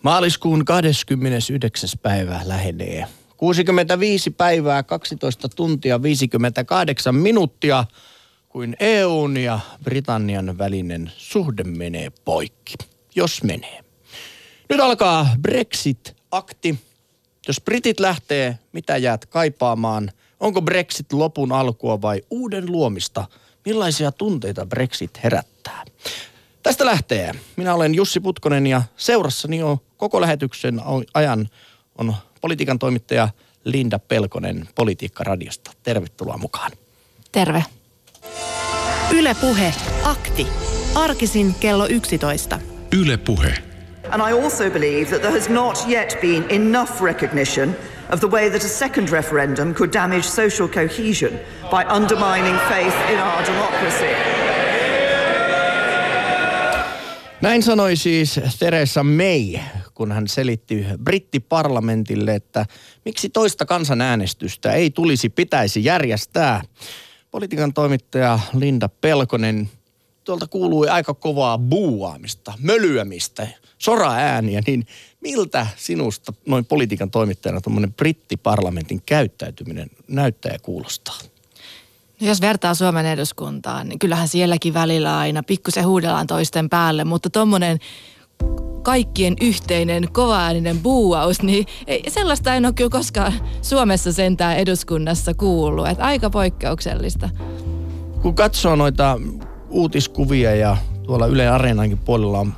Maaliskuun 29. päivä lähenee. 65 päivää, 12 tuntia, 58 minuuttia, kuin EUn ja Britannian välinen suhde menee poikki. Jos menee. Nyt alkaa Brexit-akti. Jos britit lähtee, mitä jäät kaipaamaan? Onko Brexit lopun alkua vai uuden luomista? Millaisia tunteita Brexit herättää? Tästä lähtee. Minä olen Jussi Putkonen ja seurassani on koko lähetyksen ajan on politiikan toimittaja Linda Pelkonen Politiikka-radiosta. Tervetuloa mukaan. Terve. Yle Puhe. Akti. Arkisin kello 11. Yle Puhe. And I also believe that there has not yet been enough recognition of the way that a second referendum could damage social cohesion by undermining faith in our democracy. Näin sanoi siis Theresa May, kun hän selitti brittiparlamentille, että miksi toista kansanäänestystä ei pitäisi järjestää. Politiikan toimittaja Linda Pelkonen, tuolta kuului aika kovaa buuaamista, mölyämistä, soraääniä, niin miltä sinusta noin politiikan toimittajana tuommoinen brittiparlamentin käyttäytyminen näyttää ja kuulostaa? No jos vertaa Suomen eduskuntaan, niin kyllähän sielläkin välillä aina pikkusen huudellaan toisten päälle, mutta tommonen kaikkien yhteinen kovaääninen buuaus, niin sellaista en ole kyllä koskaan Suomessa sentään eduskunnassa kuullut. Että aika poikkeuksellista. Kun katsoo noita uutiskuvia ja tuolla Yle Areenankin puolella on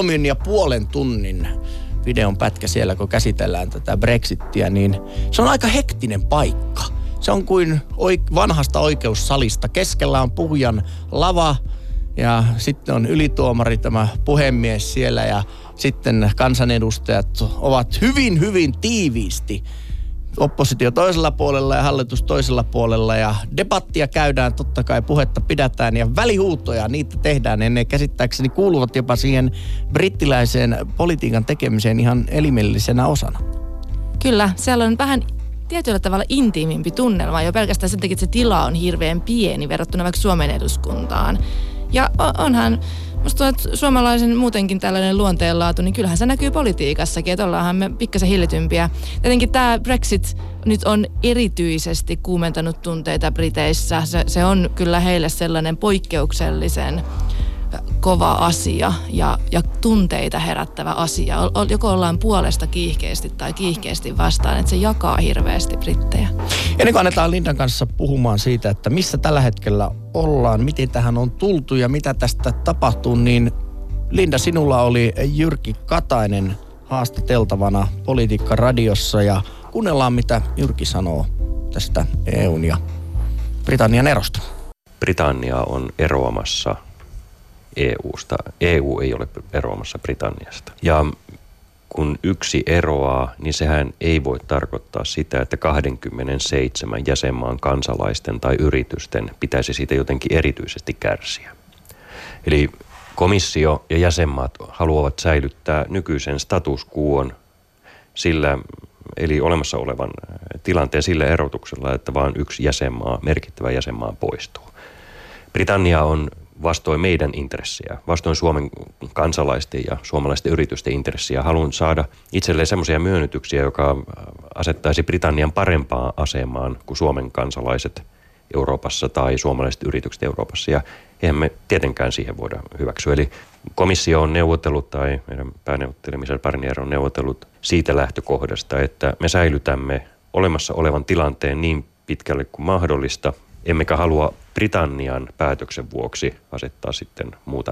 3,5 tunnin videon pätkä siellä, kun käsitellään tätä Brexittiä, niin se on aika hektinen paikka. Se on kuin vanhasta oikeussalista. Keskellä on puhujan lava ja sitten on ylituomari, tämä puhemies siellä ja sitten kansanedustajat ovat hyvin, hyvin tiiviisti. Oppositio toisella puolella ja hallitus toisella puolella ja debattia käydään, totta kai puhetta pidetään ja välihuutoja niitä tehdään. Ja ne käsittääkseni kuuluvat jopa siihen brittiläiseen politiikan tekemiseen ihan elimellisenä osana. Kyllä, siellä on vähän tietyllä tavalla intiimimpi tunnelma jo pelkästään sen takia, että se tila on hirveän pieni verrattuna vaikka Suomen eduskuntaan. Ja onhan, musta tuntuu, että suomalaisen muutenkin tällainen luonteenlaatu, niin kyllähän se näkyy politiikassakin, että ollaanhan me pikkasen hillitympiä. Tietenkin tämä Brexit nyt on erityisesti kuumentanut tunteita Briteissä. Se on kyllä heille sellainen poikkeuksellisen kova asia ja tunteita herättävä asia. Joko ollaan puolesta kiihkeästi tai kiihkeästi vastaan, että se jakaa hirveästi brittejä. Ennen kuin annetaan Lindan kanssa puhumaan siitä, että missä tällä hetkellä ollaan, miten tähän on tultu ja mitä tästä tapahtuu, niin Linda, sinulla oli Jyrki Katainen haastateltavana Politiikka-radiossa ja kuunnellaan, mitä Jyrki sanoo tästä EUn ja Britannian erosta. Britannia on eroamassa EUsta. EU ei ole eroamassa Britanniasta. Ja kun yksi eroaa, niin sehän ei voi tarkoittaa sitä, että 27 jäsenmaan kansalaisten tai yritysten pitäisi siitä jotenkin erityisesti kärsiä. Eli komissio ja jäsenmaat haluavat säilyttää nykyisen status quon sillä, eli olemassa olevan tilanteen sillä erotuksella, että vain yksi jäsenmaa, merkittävä jäsenmaa poistuu. Britannia on vastoin meidän intressejä, vastoin Suomen kansalaisten ja suomalaisten yritysten intressejä. Haluan saada itselleen semmoisia myönnytyksiä, joka asettaisi Britannian parempaan asemaan kuin Suomen kansalaiset Euroopassa tai suomalaiset yritykset Euroopassa. Ja eihän me tietenkään siihen voida hyväksyä. Eli komissio on neuvotellut tai meidän pääneuvottelija Michel Barnier on neuvotellut siitä lähtökohdasta, että me säilytämme olemassa olevan tilanteen niin pitkälle kuin mahdollista. Emmekä halua Britannian päätöksen vuoksi asettaa sitten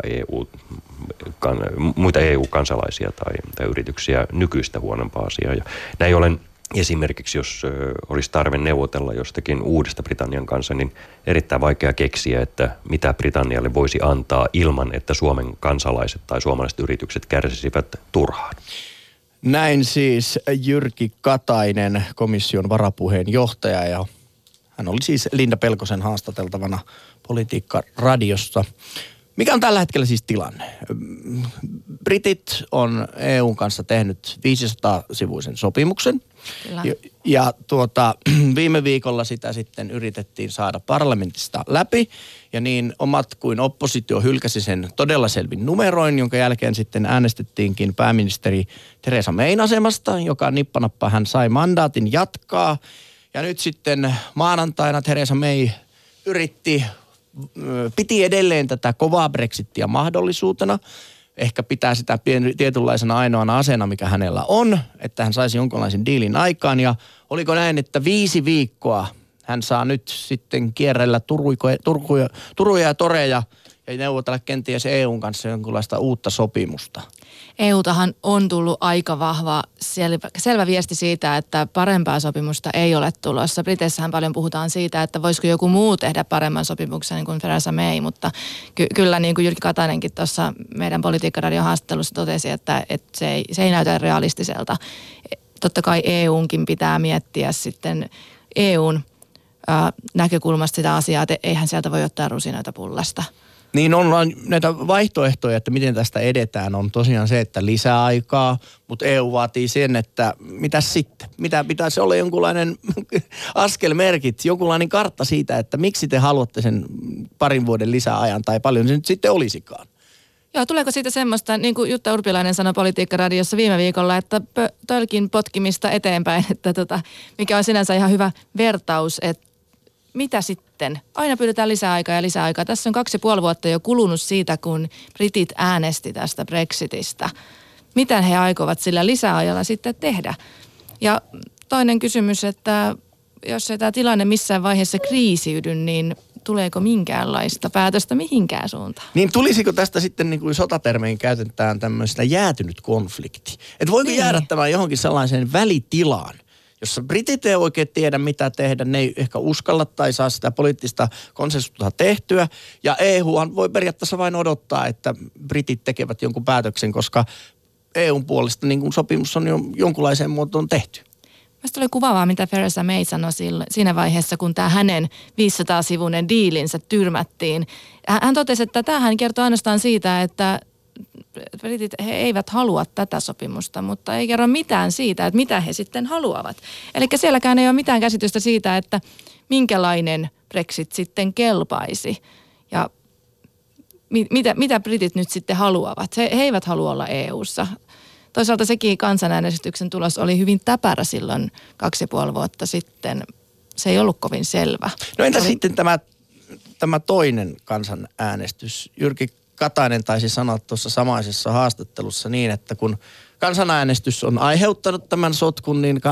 muita EU-kansalaisia tai yrityksiä nykyistä huonompaa asiaa. Ja näin ollen esimerkiksi, jos olisi tarve neuvotella jostakin uudesta Britannian kanssa, niin erittäin vaikea keksiä, että mitä Britannialle voisi antaa ilman, että Suomen kansalaiset tai suomalaiset yritykset kärsisivät turhaan. Näin siis Jyrki Katainen, komission varapuheenjohtaja ja hän oli siis Linda Pelkosen haastateltavana Politiikka-radiossa. Mikä on tällä hetkellä siis tilanne? Britit on EUn kanssa tehnyt 500-sivuisen sopimuksen. Kyllä. Ja viime viikolla sitä sitten yritettiin saada parlamentista läpi. Ja niin omat kuin oppositio hylkäsi sen todella selvin numeroin, jonka jälkeen sitten äänestettiinkin pääministeri Theresa Mayn asemasta, joka nippanappa hän sai mandaatin jatkaa. Ja nyt sitten maanantaina Theresa May piti edelleen tätä kovaa Brexitia mahdollisuutena. Ehkä pitää sitä tietynlaisena ainoana aseena, mikä hänellä on, että hän saisi jonkinlaisen diilin aikaan. Ja oliko näin, että 5 viikkoa hän saa nyt sitten kierrellä Turuja ja toreja ja neuvotella kenties EUn kanssa jonkinlaista uutta sopimusta. EUtahan on tullut aika vahva selvä viesti siitä, että parempaa sopimusta ei ole tulossa. Briteissähän paljon puhutaan siitä, että voisiko joku muu tehdä paremman sopimuksen kuin Theresa May, mutta kyllä niin kuin Jyrki Katainenkin tuossa meidän Politiikkaradion haastattelussa totesi, että se ei näytä realistiselta. Totta kai EUnkin pitää miettiä sitten EUn näkökulmasta sitä asiaa, että eihän sieltä voi ottaa rusinoita pullasta. Niin on näitä vaihtoehtoja, että miten tästä edetään, on tosiaan se, että lisää aikaa, mutta EU vaatii sen, että mitä sitten? Mitä pitäisi olla jonkunlainen askelmerkit, jonkunlainen kartta siitä, että miksi te haluatte sen parin vuoden lisäajan tai paljon se nyt sitten olisikaan? Joo, tuleeko siitä semmoista, niin kuin Jutta Urpilainen sanoi Politiikkaradiossa viime viikolla, että tölkin potkimista eteenpäin, että mikä on sinänsä ihan hyvä vertaus, että mitä sitten? Aina pyydetään lisäaikaa ja lisäaikaa. Tässä on 2,5 vuotta jo kulunut siitä, kun britit äänesti tästä Brexitistä. Mitä he aikovat sillä lisäajalla sitten tehdä? Ja toinen kysymys, että jos ei tämä tilanne missään vaiheessa kriisiydy, niin tuleeko minkäänlaista päätöstä mihinkään suuntaan? Niin tulisiko tästä sitten niin kuin sotatermein käytetään tämmöistä jäätynyt konflikti? Että voiko jäädä tämä johonkin sellaiseen välitilaan, jossa britit ei oikein tiedä, mitä tehdä, ne ei ehkä uskalla tai saa sitä poliittista konsensusta tehtyä. Ja EUhan voi periaatteessa vain odottaa, että britit tekevät jonkun päätöksen, koska EUn puolesta niin kuin sopimus on jo jonkunlaiseen muotoon tehty. Mielestäni oli kuvaavaa, mitä Theresa May sanoi siinä vaiheessa, kun tämä hänen 500-sivuinen diilinsä tyrmättiin. Hän totesi, että tämähän kertoo ainoastaan siitä, että britit he eivät halua tätä sopimusta, mutta ei kerro mitään siitä, että mitä he sitten haluavat. Eli sielläkään ei ole mitään käsitystä siitä, että minkälainen Brexit sitten kelpaisi ja mitä britit nyt sitten haluavat. He eivät halua olla EU:ssa. Toisaalta sekin kansanäänestyksen tulos oli hyvin täpärä silloin 2,5 vuotta sitten. Se ei ollut kovin selvä. No entä sitten tämä toinen kansanäänestys? Jyrki Katainen taisi sanoa tuossa samaisessa haastattelussa niin, että kun kansanäänestys on aiheuttanut tämän sotkun, niin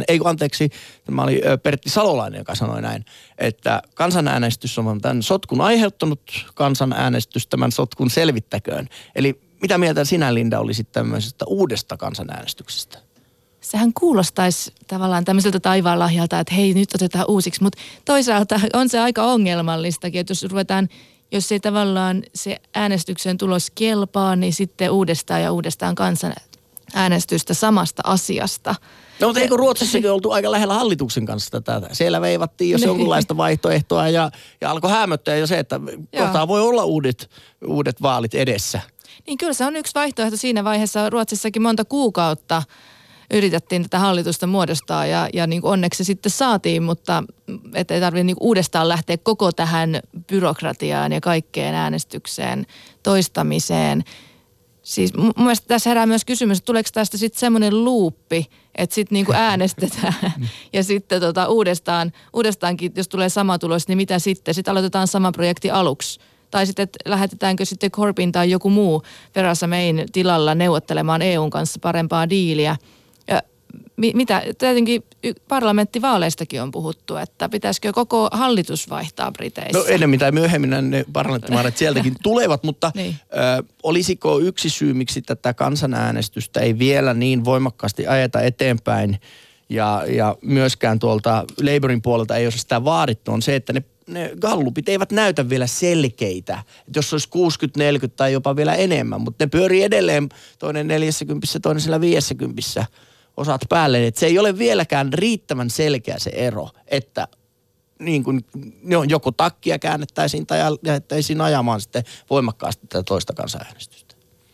tämä oli Pertti Salolainen, joka sanoi näin, että kansanäänestys on tämän sotkun aiheuttanut, kansanäänestys tämän sotkun selvittäköön. Eli mitä mieltä sinä, Linda, olisit tämmöisestä uudesta kansanäänestyksestä? Sehän kuulostaisi tavallaan tämmöiseltä taivaanlahjalta, että hei, nyt otetaan uusiksi, mutta toisaalta on se aika ongelmallistakin, että jos ei tavallaan se äänestyksen tulos kelpaa, niin sitten uudestaan ja uudestaan kansanäänestystä samasta asiasta. No mutta eikö Ruotsissakin oltu aika lähellä hallituksen kanssa tätä? Siellä veivattiin jo jonkunlaista vaihtoehtoa ja alkoi hämöttää jo se, että kohtaa voi olla uudet vaalit edessä. Niin kyllä se on yksi vaihtoehto siinä vaiheessa. Ruotsissakin monta kuukautta yritettiin tätä hallitusta muodostaa ja niin kuin onneksi se sitten saatiin, mutta ei tarvitse niin uudestaan lähteä koko tähän byrokratiaan ja kaikkeen äänestykseen, toistamiseen. Siis mun mielestä tässä herää myös kysymys, että tuleeko tästä sitten semmoinen luuppi, että sitten niin kuin äänestetään ja sitten uudestaankin, jos tulee sama tulos, niin mitä sitten? Sitten aloitetaan sama projekti aluksi. Tai sitten, että lähetetäänkö sitten Corbyn tai joku muu Theresa Mayn tilalla neuvottelemaan EUn kanssa parempaa diiliä. Ja mitä, tietenkin parlamenttivaaleistakin on puhuttu, että pitäisikö koko hallitus vaihtaa Briteissä? No enemmän tai myöhemmin ne parlamenttivaalit sieltäkin tulevat, mutta niin. Olisiko yksi syy, miksi tätä kansanäänestystä ei vielä niin voimakkaasti ajeta eteenpäin ja myöskään tuolta Labourin puolelta ei ole sitä vaadittu, on se, että ne gallupit eivät näytä vielä selkeitä. Että jos olisi 60-40 tai jopa vielä enemmän, mutta ne pyörii edelleen toinen 40, toinen siellä 50 osat päälle. Että se ei ole vieläkään riittävän selkeä se ero, että niin kuin joko takkia käännettäisiin tai lähdettäisiin ajamaan sitten voimakkaasti tätä toista kansanäänestystä.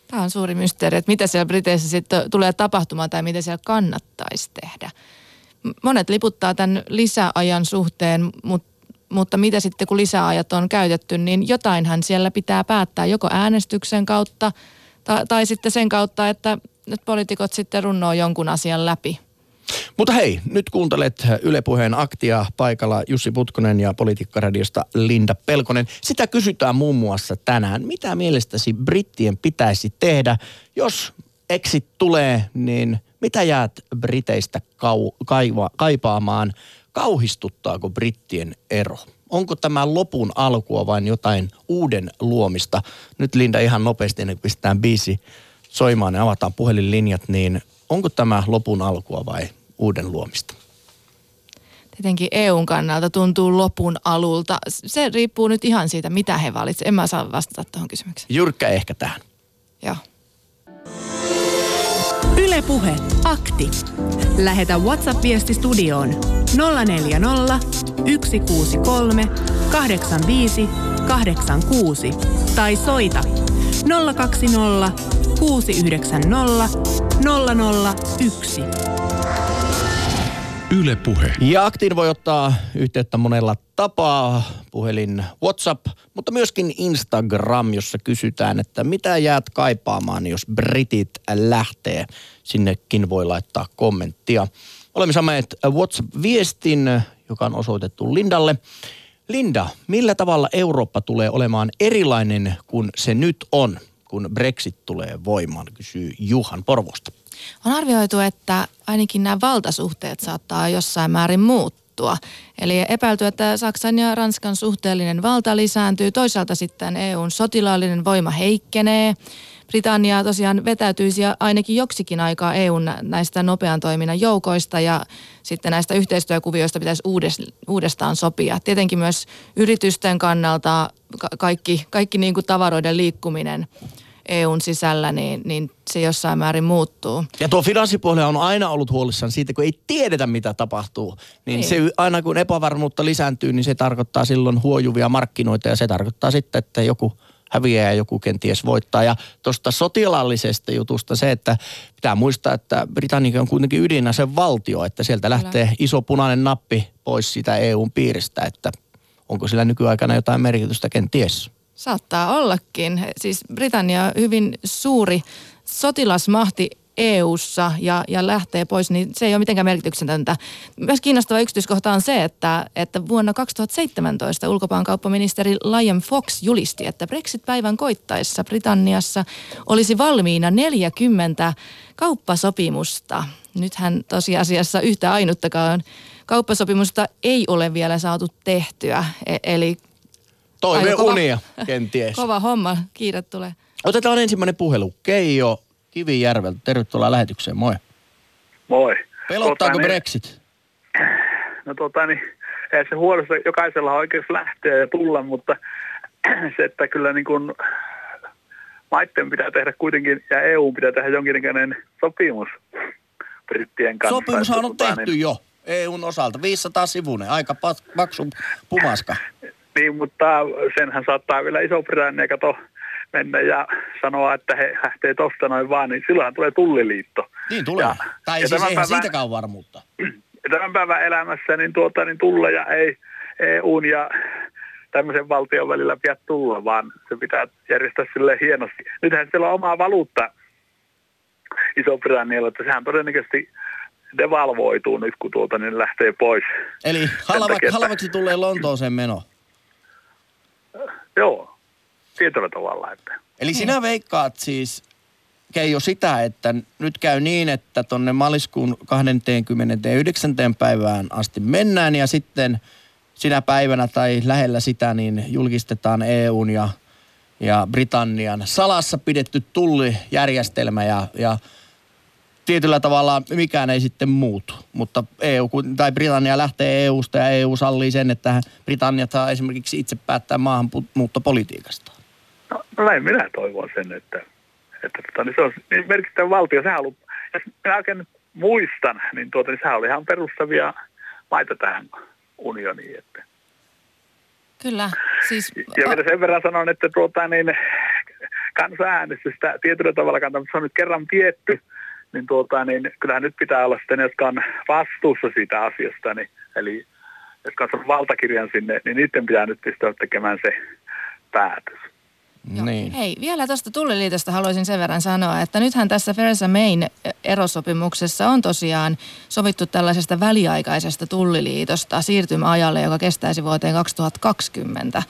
Tämä on suuri mysteeri, että mitä siellä Briteissä sitten tulee tapahtumaan tai mitä siellä kannattaisi tehdä. Monet liputtaa tämän lisäajan suhteen, mutta mitä sitten kun lisäajat on käytetty, niin jotainhan siellä pitää päättää joko äänestyksen kautta tai sitten sen kautta, että poliitikot sitten runnoo jonkun asian läpi. Mutta hei, nyt kuuntelet Yle Puheen Aktia, paikalla Jussi Putkonen ja Politiikkaradiosta Linda Pelkonen. Sitä kysytään muun muassa tänään. Mitä mielestäsi brittien pitäisi tehdä, jos exit tulee, niin mitä jäät Briteistä kaipaamaan? Kauhistuttaako brittien ero? Onko tämä lopun alkua vai jotain uuden luomista? Nyt Linda ihan nopeasti, ennen kuin pistetään biisi soimaan ja avataan puhelinlinjat, niin onko tämä lopun alkua vai uuden luomista? Tietenkin EUn kannalta tuntuu lopun alulta. Se riippuu nyt ihan siitä, mitä he valitsevat. En mä saa vastata tuohon kysymykseen. Jyrkkä ehkä tähän. Joo. Yle Puhe. Akti. Lähetä WhatsApp-viesti studioon 040 163 85 86 tai soita 020 690 001. Yle Puhe. Ja Aktiin voi ottaa yhteyttä monella tapaa, puhelin, WhatsApp, mutta myöskin Instagram, jossa kysytään, että mitä jäät kaipaamaan, jos britit lähtee. Sinnekin voi laittaa kommenttia. Olemme saaneet WhatsApp-viestin, joka on osoitettu Lindalle. Linda, millä tavalla Eurooppa tulee olemaan erilainen kuin se nyt on, kun Brexit tulee voimaan, kysyy Juhan Porvoosta. On arvioitu, että ainakin nämä valtasuhteet saattaa jossain määrin muuttua. Eli epäilty, että Saksan ja Ranskan suhteellinen valta lisääntyy. Toisaalta sitten EUn sotilaallinen voima heikkenee. Britannia tosiaan vetäytyisi ainakin joksikin aikaa EUn näistä nopean toiminnan joukoista ja sitten näistä yhteistyökuvioista pitäisi uudestaan sopia. Tietenkin myös yritysten kannalta kaikki niin kuin tavaroiden liikkuminen EUn sisällä, niin se jossain määrin muuttuu. Ja tuo finanssipuolella on aina ollut huolissaan siitä, kun ei tiedetä, mitä tapahtuu. Niin se aina kun epävarmuutta lisääntyy, niin se tarkoittaa silloin huojuvia markkinoita ja se tarkoittaa sitten, että joku häviää ja joku kenties voittaa. Ja tuosta sotilaallisesta jutusta se, että pitää muistaa, että Britannia on kuitenkin ydinasen valtio, että sieltä lähtee iso punainen nappi pois sitä EUn piiristä, että onko sillä nykyaikana jotain merkitystä kenties? Saattaa ollakin. Siis Britannia on hyvin suuri sotilasmahti EU:ssa ja lähtee pois, niin se ei ole mitenkään merkityksetöntä. Myös kiinnostava yksityiskohta on se, että vuonna 2017 ulkomaankauppaministeri Liam Fox julisti, että Brexit-päivän koittaessa Britanniassa olisi valmiina 40 kauppasopimusta. Nythän tosiasiassa yhtä ainuttakaan kauppasopimusta ei ole vielä saatu tehtyä, eli toiveunia kenties. Kova homma, kiire tulee. Otetaan ensimmäinen puhelu. Keijo Kivijärveltä, tervetuloa lähetykseen, moi. Moi. Pelottaako Brexit? No ei se huolesta, jokaisella on oikeus lähteä ja tulla, mutta se, että kyllä niin kuin maitten pitää tehdä kuitenkin ja EU pitää tehdä jonkinnäköinen sopimus brittien kanssa. Sopimushan on tehty jo EUn osalta, 500 sivuinen, aika paksu pumaska. Niin, mutta senhän saattaa vielä Iso-Britannia mennä ja sanoa, että he lähtee tosta noin vaan, niin silloinhan tulee tulliliitto. Niin tulee. Tai siis eihän siitäkään varmuutta. Tämän päivän elämässä niin tulleja ei EUn ja tämmöisen valtion välillä pidä tulla, vaan se pitää järjestää silleen hienosti. Nythän siellä on oma valuutta Iso-Britannialla, että sehän todennäköisesti devalvoituu nyt, kun niin lähtee pois. Eli halvaksi tulee Lontooseen meno. Joo, tietyllä tavalla. Että. Eli sinä veikkaat siis, Keijo, sitä, että nyt käy niin, että tonne maaliskuun 29. päivään asti mennään ja sitten sinä päivänä tai lähellä sitä niin julkistetaan EUn ja Britannian salassa pidetty tullijärjestelmä ja tietyllä tavalla mikään ei sitten muutu, mutta Britannia lähtee EUsta ja EU sallii sen, että Britannia saa esimerkiksi itse päättää maahanmuuttopolitiikasta. No näin minä toivon sen, että niin se on niin merkittävä valtio. Sehän on ollut, jos minä oikein nyt muistan, niin sehän oli ihan perustavia maita tähän unioniin. Että. Kyllä. Siis, ja minä sen verran sanon, että kansanäänestystä tietyllä tavalla kantaa, mutta se on nyt kerran pietty, niin kyllähän nyt pitää olla sitten, jotka on vastuussa siitä asiasta, niin, eli jotka on valtakirjan sinne, niin niiden pitää nyt pystyä tekemään se päätös. Niin. Hei, vielä tuosta Tulliliitosta haluaisin sen verran sanoa, että nythän tässä Theresa Mayn erosopimuksessa on tosiaan sovittu tällaisesta väliaikaisesta tulliliitosta siirtymäajalle, joka kestäisi vuoteen 2020.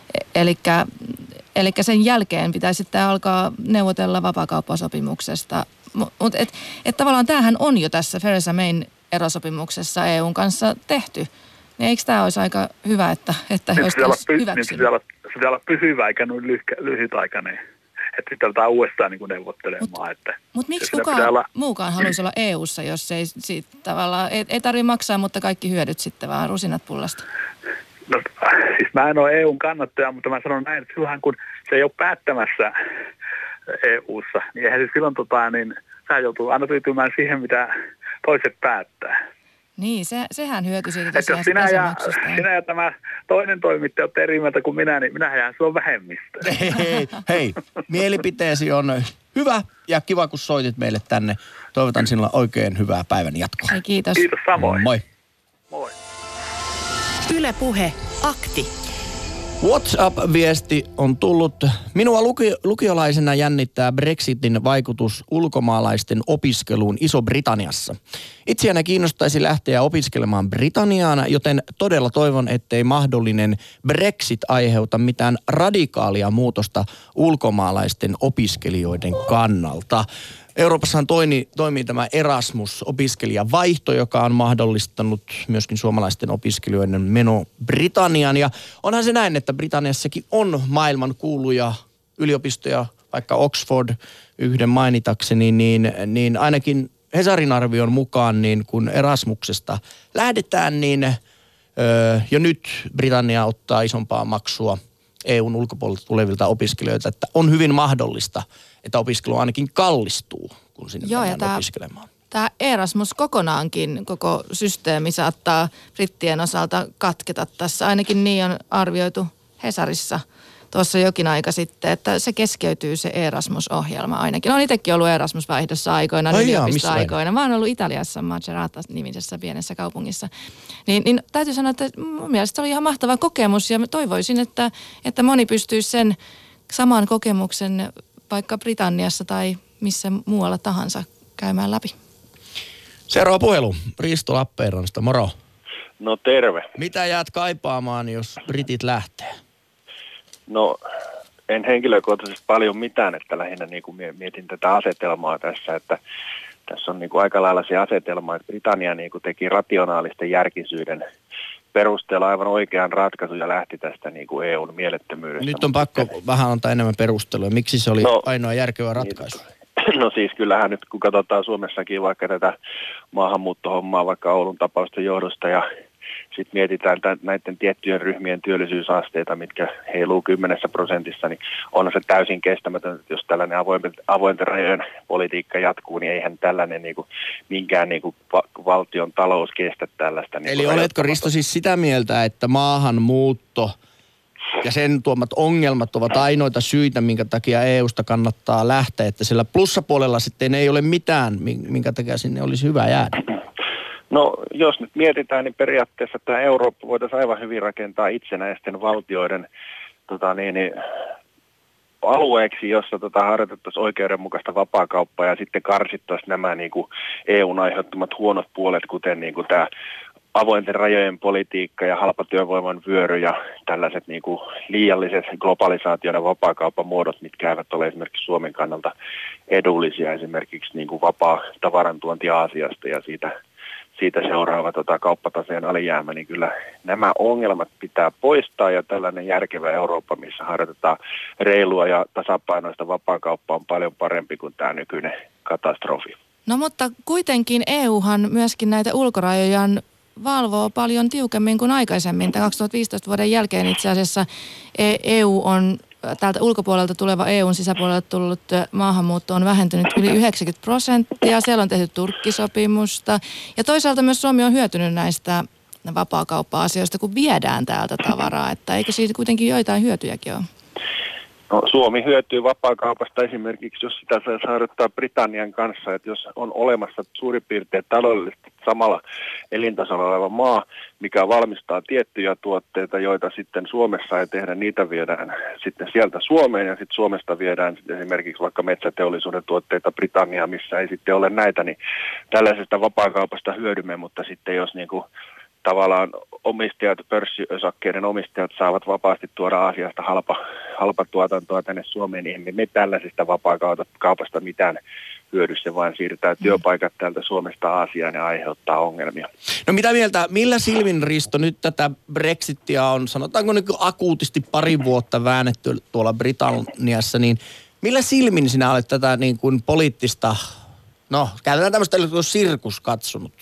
Eli sen jälkeen pitäisi sitten alkaa neuvotella vapaakauppasopimuksesta. Mutta tavallaan tämähän on jo tässä Theresa Mayn erosopimuksessa EUn kanssa tehty. Niin eikö tämä olisi aika hyvä, että he olisivat hyväksyneet? Se pitää olla pysyvä eikä noin lyhytaikainen. Että sitten aletaan uudestaan niin neuvottelemaan. Mutta miksi kukaan muukaan haluaisi olla EU:ssa, jos ei siitä tavallaan, ei tarvitse maksaa, mutta kaikki hyödyt sitten vaan rusinat pullasta? No siis mä en ole EUn kannattaja, mutta mä sanon näin, että silloin kun se ei ole päättämässä EU:ssa, niin eihän se silloin sehän joutuu aina tyytymään siihen, mitä toiset päättää. Niin, sehän hyötyi siitä tosiaan. Että jos sinä ja tämä toinen toimittaja olette eri mieltä kuin minä, niin minähän jään sinua vähemmistöön. Hei, mielipiteesi on hyvä ja kiva, kun soitit meille tänne. Toivotan sinulle oikein hyvää päivän jatkoa. Hei, kiitos. Kiitos samoin. Moi. Moi. Yle Puhe, akti. WhatsApp-viesti on tullut. Minua lukiolaisena jännittää Brexitin vaikutus ulkomaalaisten opiskeluun Iso-Britanniassa. Itseäni kiinnostaisi lähteä opiskelemaan Britanniaan, joten todella toivon, ettei mahdollinen Brexit aiheuta mitään radikaalia muutosta ulkomaalaisten opiskelijoiden kannalta. Euroopassahan toimii tämä Erasmus-opiskelijavaihto, joka on mahdollistanut myöskin suomalaisten opiskelijoiden meno Britanniaan. Ja onhan se näin, että Britanniassakin on maailman kuuluja yliopistoja, vaikka Oxford yhden mainitakseni, niin ainakin Hesarin arvion mukaan, niin kun Erasmuksesta lähdetään, niin jo nyt Britannia ottaa isompaa maksua EUn ulkopuolelta tulevilta opiskelijoilta, että on hyvin mahdollista, että opiskelu ainakin kallistuu, kun sinne mennään opiskelemaan. Tämä Erasmus kokonaankin, koko systeemi saattaa brittien osalta katketa tässä. Ainakin niin on arvioitu Hesarissa tuossa jokin aika sitten, että se keskeytyy se Erasmus-ohjelma ainakin. Olen itsekin ollut Erasmus-vaihdossa aikoina, yliopistoaikoina. Mä oon ollut Italiassa Macerata-nimisessä pienessä kaupungissa. Niin täytyy sanoa, että mun mielestä se oli ihan mahtava kokemus ja mä toivoisin, että moni pystyisi sen saman kokemuksen vaikka Britanniassa tai missä muualla tahansa käymään läpi. Seuraava puhelu. Risto Lappeenrannasta, moro. No terve. Mitä jäät kaipaamaan, jos britit lähtee? No en henkilökohtaisesti paljon mitään, että lähinnä niin kuin mietin tätä asetelmaa tässä, että tässä on niin kuin aika lailla se asetelma, että Britannia niin kuin teki rationaalisten järkisyyden perusteella aivan oikean ratkaisun ja lähti tästä niin kuin EUn mielettömyydestä. Nyt on pakko vähän antaa enemmän perustelua. Miksi se oli ainoa järkevä ratkaisu? No siis kyllähän nyt kun katsotaan Suomessakin vaikka tätä maahanmuuttohommaa vaikka Oulun tapausten johdosta ja sitten mietitään näiden tiettyjen ryhmien työllisyysasteita, mitkä heiluu 10%, niin on se täysin kestämätön, jos tällainen avointen rajojen politiikka jatkuu, niin eihän tällainen minkään valtion talous kestä tällaista. Eli oletko, Risto, siis sitä mieltä, että maahanmuutto ja sen tuomat ongelmat ovat ainoita syitä, minkä takia EUsta kannattaa lähteä, että sillä plussapuolella sitten ei ole mitään, minkä takia sinne olisi hyvä jäädä? No jos nyt mietitään, niin periaatteessa tämä Eurooppa voitaisiin aivan hyvin rakentaa itsenäisten valtioiden alueeksi, jossa harjoitettaisiin oikeudenmukaista vapaakauppaa ja sitten karsittaisiin nämä EUn aiheuttamat huonot puolet, kuten tämä avointen rajojen politiikka ja halpatyövoiman vyöry ja tällaiset liialliset globalisaation ja vapaakaupan muodot, mitkä eivät ole esimerkiksi Suomen kannalta edullisia, esimerkiksi vapaa tavarantuonti Aasiasta ja siitä seuraava kauppataseen alijäämä, niin kyllä nämä ongelmat pitää poistaa ja tällainen järkevä Eurooppa, missä harjoitetaan reilua ja tasapainoista vapaakauppaa on paljon parempi kuin tämä nykyinen katastrofi. No mutta kuitenkin EUhan myöskin näitä ulkorajojaan valvoo paljon tiukemmin kuin aikaisemmin. 2015 vuoden jälkeen itse asiassa EU on täältä ulkopuolelta tuleva EUn sisäpuolelta tullut maahanmuutto on vähentynyt yli 90%. Siellä on tehty Turkki-sopimusta. Ja toisaalta myös Suomi on hyötynyt näistä vapaakauppa-asioista, kun viedään täältä tavaraa. Että eikö siitä kuitenkin joitain hyötyjäkin ole? No, Suomi hyötyy vapaakaupasta esimerkiksi, jos sitä saa harjoittaa Britannian kanssa, että jos on olemassa suurin piirtein taloudellisesti samalla elintasolla oleva maa, mikä valmistaa tiettyjä tuotteita, joita sitten Suomessa ei tehdä, niitä viedään sitten sieltä Suomeen ja sitten Suomesta viedään sitten esimerkiksi vaikka metsäteollisuuden tuotteita Britanniaan, missä ei sitten ole näitä, niin tällaisesta vapaakaupasta hyödymme, mutta sitten jos niinku tavallaan omistajat, pörssiosakkeiden omistajat saavat vapaasti tuoda Aasiasta halpa tuotantoa tänne Suomeen, niin emme me tällaisesta vapaakaupasta mitään hyödy, se vaan siirtää työpaikat täältä Suomesta Aasiaan ja aiheuttaa ongelmia. No mitä mieltä, millä silmin, Risto, nyt tätä Brexitia on, sanotaanko nyt akuutisti pari vuotta väännetty tuolla Britanniassa, niin millä silmin sinä olet tätä niin kuin poliittista, no käytetään tämmöistä sirkus katsonut?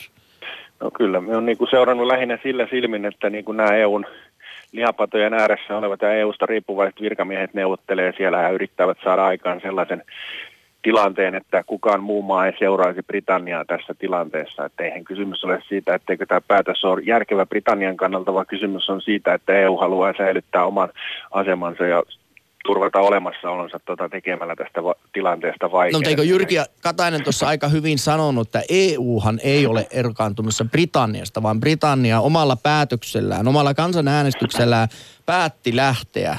No kyllä, me on niin kuin seurannut lähinnä sillä silmin, että niin kuin nämä EUn lihapatojen ääressä olevat ja EUsta riippuvaiset virkamiehet neuvottelee siellä ja yrittävät saada aikaan sellaisen tilanteen, että kukaan muu maa ei seuraisi Britanniaa tässä tilanteessa. Että eihän kysymys ole siitä, etteikö tämä päätös ole järkevä Britannian kannalta, vaan kysymys on siitä, että EU haluaa säilyttää oman asemansa ja turvata olemassaolonsa tekemällä tästä tilanteesta vaikeaa. No mutta eikö Jyrki Katainen tuossa aika hyvin sanonut, että EUhan ei ole erkaantumassa Britanniasta, vaan Britannia omalla päätöksellään, omalla kansanäänestyksellään päätti lähteä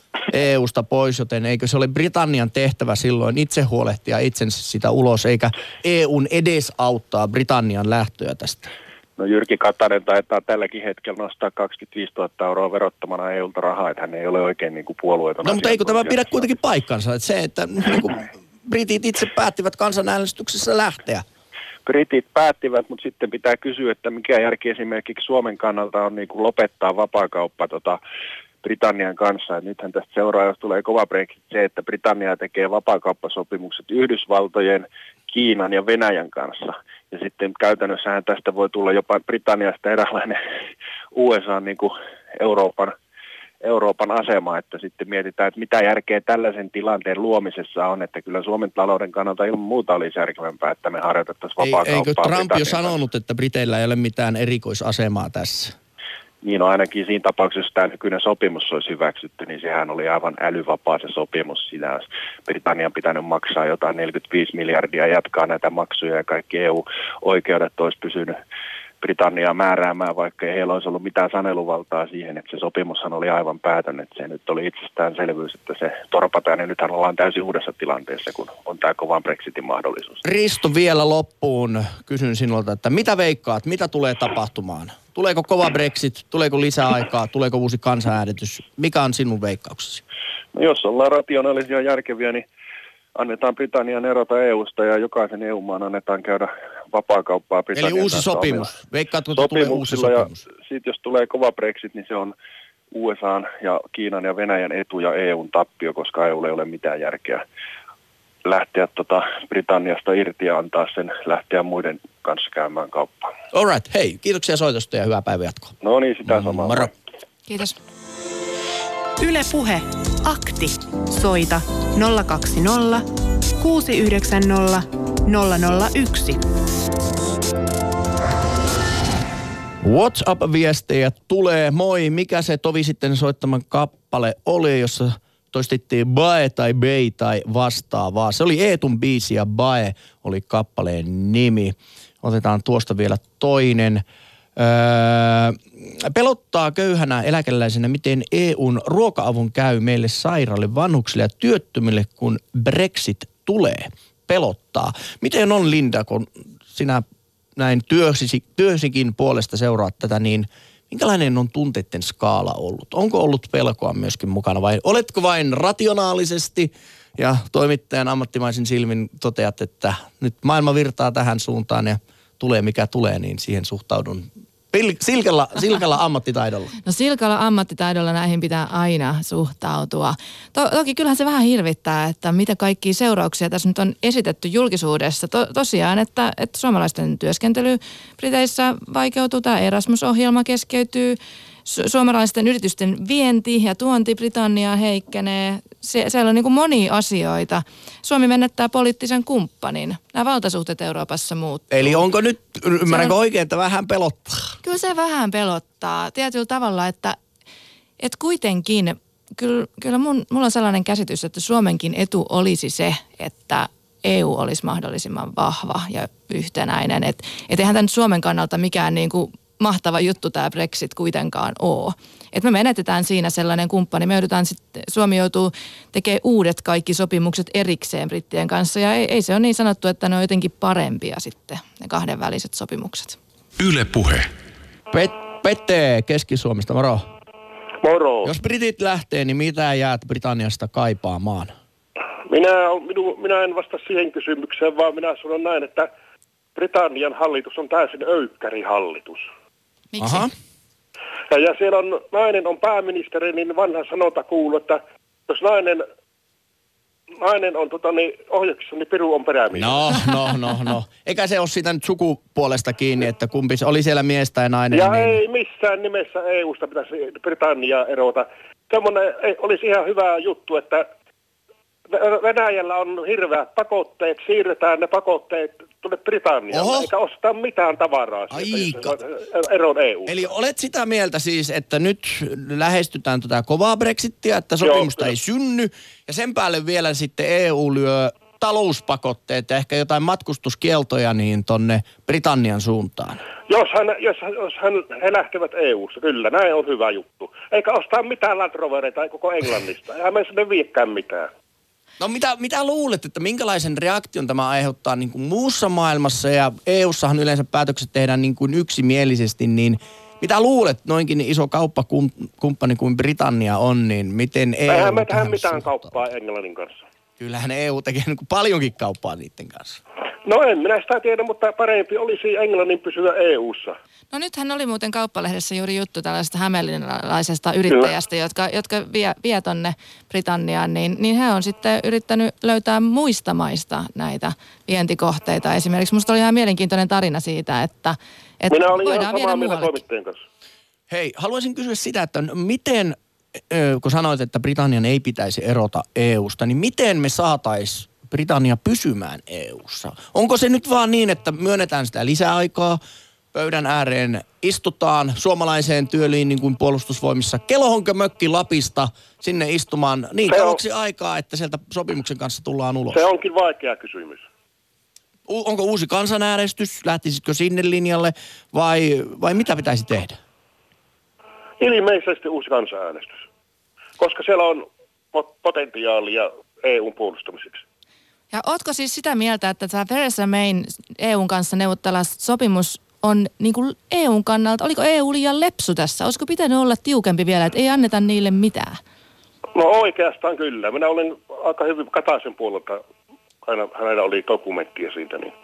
EUsta pois, joten eikö se ole Britannian tehtävä silloin itse huolehtia itsensä sitä ulos, eikä EUn edes auttaa Britannian lähtöä tästä? No Jyrki Katainen taitaa tälläkin hetkellä nostaa 25 000 euroa verottomana EUlta rahaa, että hän ei ole oikein niin kuin puolueeton. No mutta eikö tämä pidä kuitenkin paikkansa, että se, että niin kuin britit itse päättivät kansanäänestyksessä lähteä? Britit päättivät, mutta sitten pitää kysyä, että mikä järki esimerkiksi Suomen kannalta on niin kuin lopettaa vapaakauppa Britannian kanssa. Et nythän tästä seuraa, jos tulee kova Brexit, se, että Britannia tekee vapaakauppasopimukset Yhdysvaltojen, Kiinan ja Venäjän kanssa. Ja sitten käytännössähän tästä voi tulla jopa Britanniasta eräänlainen USA niin kuin Euroopan asema, että sitten mietitään, että mitä järkeä tällaisen tilanteen luomisessa on, että kyllä Suomen talouden kannalta ilman muuta olisi järkevämpää, että me harjoitettaisiin vapaakauppaa. Eikö Trump jo sanonut, että Briteillä ei ole mitään erikoisasemaa tässä? Niin no ainakin siinä tapauksessa, jos tämä nykyinen sopimus olisi hyväksytty, niin sehän oli aivan älyvapaa se sopimus. Siinä olisi Britannian pitänyt maksaa jotain 45 miljardia jatkaa näitä maksuja ja kaikki EU-oikeudet olisi pysynyt Britanniaa määräämään, vaikka ei heillä olisi ollut mitään saneluvaltaa siihen, että se sopimushan oli aivan päätön, että se nyt oli itsestäänselvyys, että se torpataan ja nythän ollaan täysin uudessa tilanteessa, kun on tämä kovan Brexitin mahdollisuus. Risto, vielä loppuun kysyn sinulta, että mitä veikkaat, mitä tulee tapahtumaan? Tuleeko kova Brexit, tuleeko lisäaikaa, tuleeko uusi kansanäänestys? Mikä on sinun veikkauksesi? No jos ollaan rationaalisia ja järkeviä, niin annetaan Britannian erota EUsta ja jokaisen EU-maan annetaan käydä vapaakauppaa Britannian. Eli uusi sopimus. Veikkaatko, että tulee uusi sopimus? Sitten jos tulee kova Brexit, niin se on USAn ja Kiinan ja Venäjän etu ja EUn tappio, koska EUlla ei ole mitään järkeä lähteä Britanniasta irti ja antaa sen lähteä muiden kanssa käymään kauppaa. All right. Hei, kiitoksia soitosta ja hyvää päivänjatkoa. No niin, sitä samaa. Moro. Kiitos. Yle Puhe. Akti. Soita 020 690 001. WhatsApp-viestejä tulee. Moi, mikä se tovi sitten soittaman kappale oli, jossa toistettiin Bae tai Bay tai vastaavaa. Se oli Eetun biisi ja Bae oli kappaleen nimi. Otetaan tuosta vielä toinen. Pelottaa köyhänä eläkeläisenä, miten EUn ruoka-avun käy meille sairaille, vanhuksille ja työttömille, kun Brexit tulee. Pelottaa. Miten on, Linda, kun sinä näin työsikin puolesta seuraat tätä, niin minkälainen on tunteiden skaala ollut? Onko ollut pelkoa myöskin mukana vai oletko vain rationaalisesti ja toimittajan ammattimaisin silmin toteat, että nyt maailma virtaa tähän suuntaan ja tulee mikä tulee, niin siihen suhtaudun silkalla ammattitaidolla. No silkalla ammattitaidolla näihin pitää aina suhtautua. Toki kyllähän se vähän hirvittää, että mitä kaikkia seurauksia tässä nyt on esitetty julkisuudessa. Tosiaan, että suomalaisten työskentely Briteissä vaikeutuu, tämä Erasmus-ohjelma keskeytyy, suomalaisten yritysten vienti ja tuonti Britanniaan heikkenee. Siellä on niin kuin monia asioita. Suomi menettää poliittisen kumppanin. Nämä valtasuhteet Euroopassa muuttuu. Eli onko nyt, ymmärränkö oikein, että vähän pelottaa? Kyllä se vähän pelottaa tietyllä tavalla, että kuitenkin kyllä mulla on sellainen käsitys, että Suomenkin etu olisi se, että EU olisi mahdollisimman vahva ja yhtenäinen. Että eihän tämän Suomen kannalta mikään niin kuin mahtava juttu tämä Brexit kuitenkaan ole. Että me menetetään siinä sellainen kumppani. Me Suomi joutuu tekemään uudet kaikki sopimukset erikseen brittien kanssa ja ei se ole niin sanottu, että ne on jotenkin parempia sitten, ne kahdenväliset sopimukset. Yle Puhe. Pete Keski-Suomesta, moro. Moro. Jos britit lähtee, niin mitä jäät Britanniasta kaipaamaan? Minä en vastaa siihen kysymykseen, vaan minä sanon näin, että Britannian hallitus on täysin öykkärihallitus. Miksi? Aha. Ja siellä on, nainen on pääministeri, niin vanha sanonta kuuluu, että jos nainen on ohjaksissa, niin piru on perämies. No. Eikä se ole siitä nyt sukupuolesta kiinni, että kumpi oli siellä mies tai nainen. Ja niin... ei missään nimessä EUsta pitäisi Britanniaa erota. Semmoinen olisi ihan hyvä juttu, että Venäjällä on hirveät pakotteet, siirretään ne pakotteet tuonne Britannialle, eikä osteta mitään tavaraa siitä, eroon EU. Eli olet sitä mieltä siis, että nyt lähestytään tätä kovaa Brexittiä, että sopimusta ei synny, ja sen päälle vielä sitten EU lyö talouspakotteet ja ehkä jotain matkustuskieltoja niin tonne Britannian suuntaan. Jos he lähtevät EU:ssa, kyllä, näin on hyvä juttu. Eikä ostaa mitään Land Rovereita koko Englannista, eihän me sinne viekään mitään. No mitä luulet, että minkälaisen reaktion tämä aiheuttaa niin kuin muussa maailmassa ja EU:ssahan yleensä päätökset tehdään niin kuin yksimielisesti, niin mitä luulet, noinkin iso kauppakumppani kuin Britannia on, niin miten EU... Eihän me tehdä mitään kauppaa Englannin kanssa. Kyllähän EU tekee niin kuin paljonkin kauppaa niiden kanssa. No en minä sitä tiedä, mutta parempi olisi Englannin pysyä EU:ssa. No nythän oli muuten Kauppalehdessä juuri juttu tällaisesta hämeenlinnalaisesta yrittäjästä, jotka vie tonne Britanniaan, niin he on sitten yrittänyt löytää muista maista näitä vientikohteita. Esimerkiksi musta oli ihan mielenkiintoinen tarina siitä, että minä olin voidaan ihan samaa mieltä toimittajien kanssa. Hei, haluaisin kysyä sitä, että miten, kun sanoit, että Britannian ei pitäisi erota EUsta, niin miten me saatais Britannia pysymään EU:ssa? Onko se nyt vaan niin, että myönnetään sitä lisäaikaa, pöydän ääreen istutaan suomalaiseen työliin niin kuin puolustusvoimissa, kelohonkömökki Lapista sinne istumaan niin kauaksi aikaa, että sieltä sopimuksen kanssa tullaan ulos? Se onkin vaikea kysymys. Onko uusi kansanäänestys? Lähtisitkö sinne linjalle vai mitä pitäisi tehdä? Ilmeisesti uusi kansanäänestys, koska siellä on potentiaalia EUn puolustamiseksi. Ja ootko siis sitä mieltä, että tämä Theresa Mayn EUn kanssa neuvotteleva sopimus on niin kuin EUn kannalta, oliko EU liian lepsu tässä? Olisiko pitänyt olla tiukempi vielä, että ei anneta niille mitään? No oikeastaan kyllä. Minä olen aika hyvin Kataisen puolelta, aina hänellä oli dokumenttia siitä. Niin.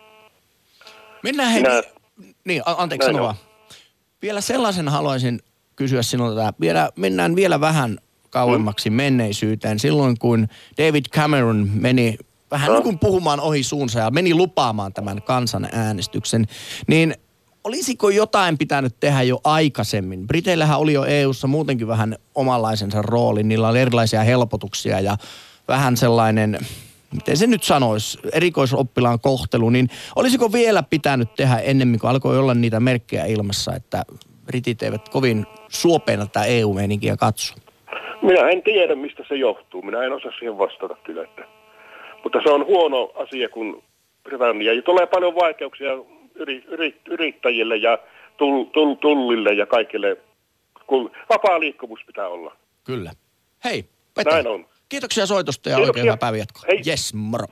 Mennään anteeksi sano vaan. Vielä sellaisen haluaisin kysyä sinulta. Mennään vielä vähän kauemmaksi menneisyyteen. Silloin kun David Cameron meni vähän niin kuin puhumaan ohi suunsa ja meni lupaamaan tämän kansanäänestyksen, niin olisiko jotain pitänyt tehdä jo aikaisemmin? Briteillähän oli jo EU:ssa muutenkin vähän omanlaisensa rooli. Niillä oli erilaisia helpotuksia ja vähän sellainen, miten se nyt sanoisi, erikoisoppilaan kohtelu. Niin olisiko vielä pitänyt tehdä ennemmin, kun alkoi olla niitä merkkejä ilmassa, että britit eivät kovin suopeena tätä EU-meininkiä katso? Minä en tiedä, mistä se johtuu. Minä en osaa siihen vastata kyllä. Mutta se on huono asia, kun Britannia. Ja tulee paljon vaikeuksia yrittäjille ja tullille ja kaikille, kun vapaa liikkuvuus pitää olla. Kyllä. Hei, Pete. Näin on. Kiitoksia soitosta ja oikein hyvää päivänjatkoa. Yes, moro.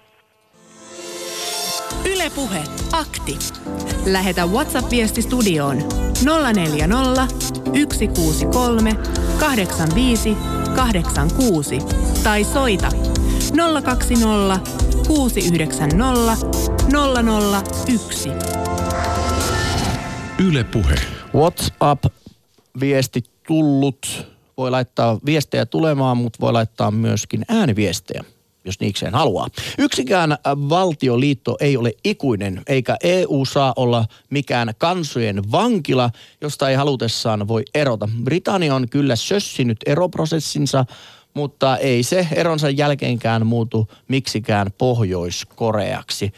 Yle Puhe. Akti. Lähetä WhatsApp-viesti studioon 040 163 85 86 tai soita 020 690 001. Yle Puhe. WhatsApp-viesti tullut. Voi laittaa viestejä tulemaan, mutta voi laittaa myöskin ääniviestejä, jos niikseen haluaa. Yksikään valtioliitto ei ole ikuinen, eikä EU saa olla mikään kansojen vankila, josta ei halutessaan voi erota. Britannia on kyllä sössinyt eroprosessinsa, mutta ei se eronsa jälkeenkään muutu miksikään Pohjois-Koreaksi.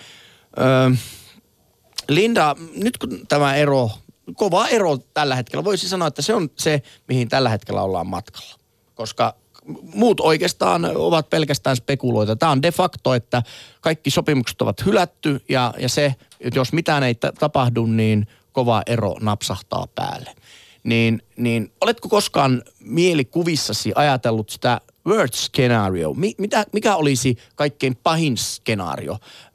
Linda, nyt kun tämä kova ero tällä hetkellä, voisi sanoa, että se on se, mihin tällä hetkellä ollaan matkalla. Koska muut oikeastaan ovat pelkästään spekuloita. Tämä on de facto, että kaikki sopimukset ovat hylätty ja se, että jos mitään ei tapahdu, niin kova ero napsahtaa päälle. Niin oletko koskaan mielikuvissasi ajatellut sitä worst scenario? Mikä olisi kaikkein pahin skenaario?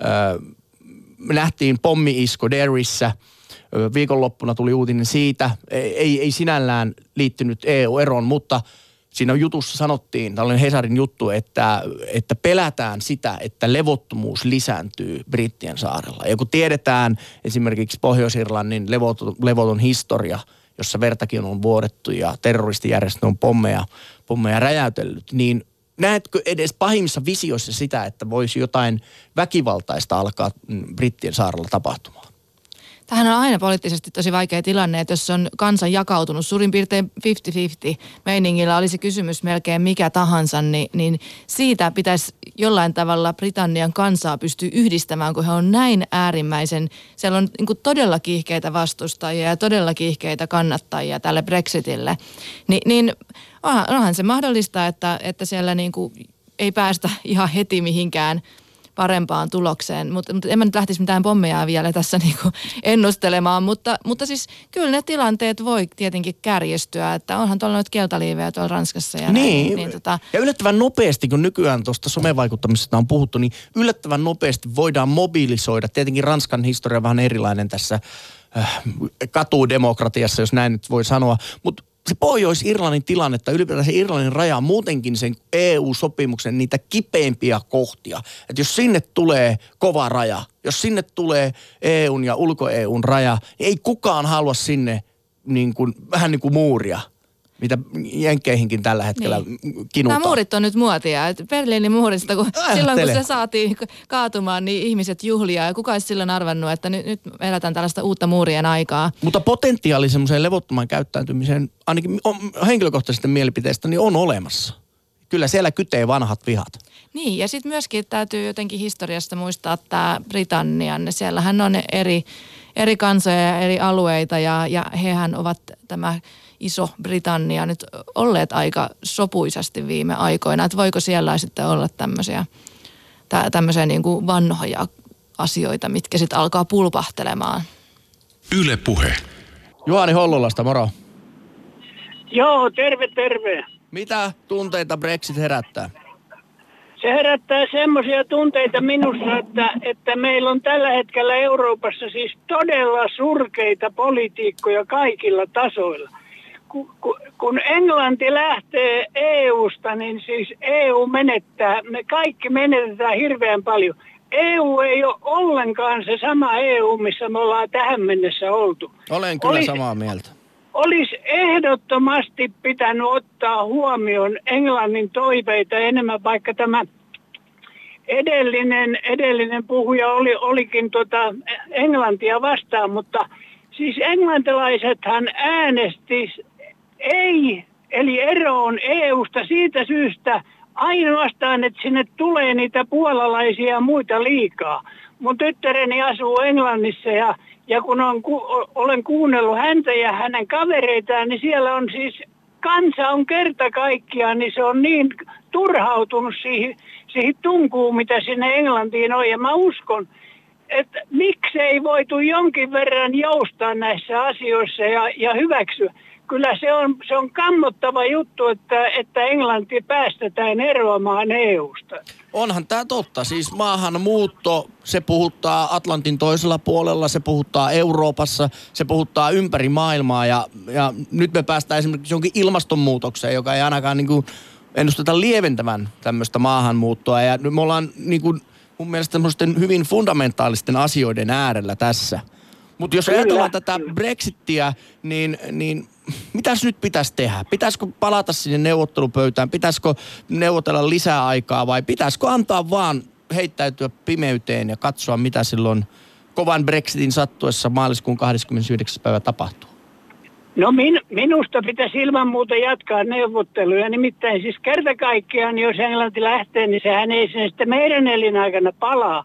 Me nähtiin pommi-isku Derryssä. Viikonloppuna tuli uutinen siitä. Ei sinällään liittynyt EU-eroon, mutta siinä jutussa sanottiin, tällainen Hesarin juttu, että pelätään sitä, että levottomuus lisääntyy Brittien saarella. Ja kun tiedetään esimerkiksi Pohjois-Irlannin levoton historia, jossa vertakin on vuodettu ja terroristijärjestö on pommeja räjäytellyt, niin näetkö edes pahimmissa visioissa sitä, että voisi jotain väkivaltaista alkaa Brittien saarella tapahtumaan? Tämähän on aina poliittisesti tosi vaikea tilanne, että jos on kansan jakautunut suurin piirtein 50-50 meiningillä, olisi kysymys melkein mikä tahansa, niin siitä pitäisi jollain tavalla Britannian kansaa pystyä yhdistämään, kun he on näin äärimmäisen, siellä on niin kuin todella kiihkeitä vastustajia ja todella kiihkeitä kannattajia tälle Brexitille. Niin onhan se mahdollista, että siellä niin kuin ei päästä ihan heti mihinkään parempaan tulokseen, mutta en mä nyt lähtisi mitään pommeja vielä tässä niinku ennustelemaan, mutta siis kyllä ne tilanteet voi tietenkin kärjistyä, että onhan tuolla noita keltaliivejä tuolla Ranskassa ja niin, ja yllättävän nopeasti, kun nykyään tuosta somevaikuttamisesta on puhuttu, niin yllättävän nopeasti voidaan mobilisoida, tietenkin Ranskan historia on vähän erilainen tässä katudemokratiassa, jos näin nyt voi sanoa, mutta se Pohjois-Irlannin tilanne, tai ylipäätään se Irlannin raja on muutenkin sen EU-sopimuksen niitä kipeimpiä kohtia. Että jos sinne tulee kova raja, jos sinne tulee EUn ja ulko-EUn raja, niin ei kukaan halua sinne vähän niin kuin muuria, mitä jenkkeihinkin tällä hetkellä kinutaan. Nämä muurit on nyt muotia. Berliinin muurista, silloin kun se saatiin kaatumaan, niin ihmiset juhlia. Ja kuka olisi silloin arvannut, että nyt eletään tällaista uutta muurien aikaa. Mutta potentiaali semmoiseen levottoman käyttäytymiseen, ainakin henkilökohtaisesta mielipiteestä, niin on olemassa. Kyllä siellä kytee vanhat vihat. Niin, ja sitten myöskin täytyy jotenkin historiasta muistaa tämä Britannian. Siellähän on eri kansoja ja eri alueita, ja hehän ovat tämä Iso-Britannia nyt olleet aika sopuisasti viime aikoina. Että voiko siellä sitten olla tämmöisiä niin kuin vanhoja asioita, mitkä sitten alkaa pulpahtelemaan? Yle Puhe. Juhani Hollolasta, moro. Joo, terve. Mitä tunteita Brexit herättää? Se herättää semmoisia tunteita minussa, että meillä on tällä hetkellä Euroopassa siis todella surkeita politiikkoja kaikilla tasoilla. Kun Englanti lähtee EUsta, niin siis EU menettää, me kaikki menetetään hirveän paljon. EU ei ole ollenkaan se sama EU, missä me ollaan tähän mennessä oltu. Olen kyllä samaa mieltä. Olisi ehdottomasti pitänyt ottaa huomioon Englannin toiveita enemmän, vaikka tämä edellinen puhuja olikin Englantia vastaan, mutta siis englantilaisethan äänesti ei, eli eroon EUsta siitä syystä ainoastaan, että sinne tulee niitä puolalaisia ja muita liikaa. Mun tyttäreni asuu Englannissa ja kun olen kuunnellut häntä ja hänen kavereitaan, niin siellä on siis kansa on kerta kaikkiaan, niin se on niin turhautunut siihen tunkuun, mitä sinne Englantiin on. Ja mä uskon, että miksei voitu jonkin verran joustaa näissä asioissa ja hyväksyä. Kyllä se on kammottava juttu, että Englanti päästetään eroamaan EUsta. Onhan tämä totta. Siis maahanmuutto, se puhuttaa Atlantin toisella puolella, se puhuttaa Euroopassa, se puhuttaa ympäri maailmaa. Ja nyt me päästään esimerkiksi jonkin ilmastonmuutokseen, joka ei ainakaan niin kuin ennusteta lieventävän tämmöistä maahanmuuttoa. Ja me ollaan niin kuin mun mielestä tämmöisten hyvin fundamentaalisten asioiden äärellä tässä. Mutta jos ajatellaan tätä Brexittiä, niin mitäs nyt pitäisi tehdä? Pitäisikö palata sinne neuvottelupöytään? Pitäisikö neuvotella lisää aikaa vai pitäisikö antaa vaan heittäytyä pimeyteen ja katsoa, mitä silloin kovan Brexitin sattuessa maaliskuun 29. päivä tapahtuu? No minusta pitäisi ilman muuta jatkaa neuvotteluja. Nimittäin siis kerta kaikkiaan, jos Englanti lähtee, niin sehän ei sinne sitten meidän elinaikana palaa.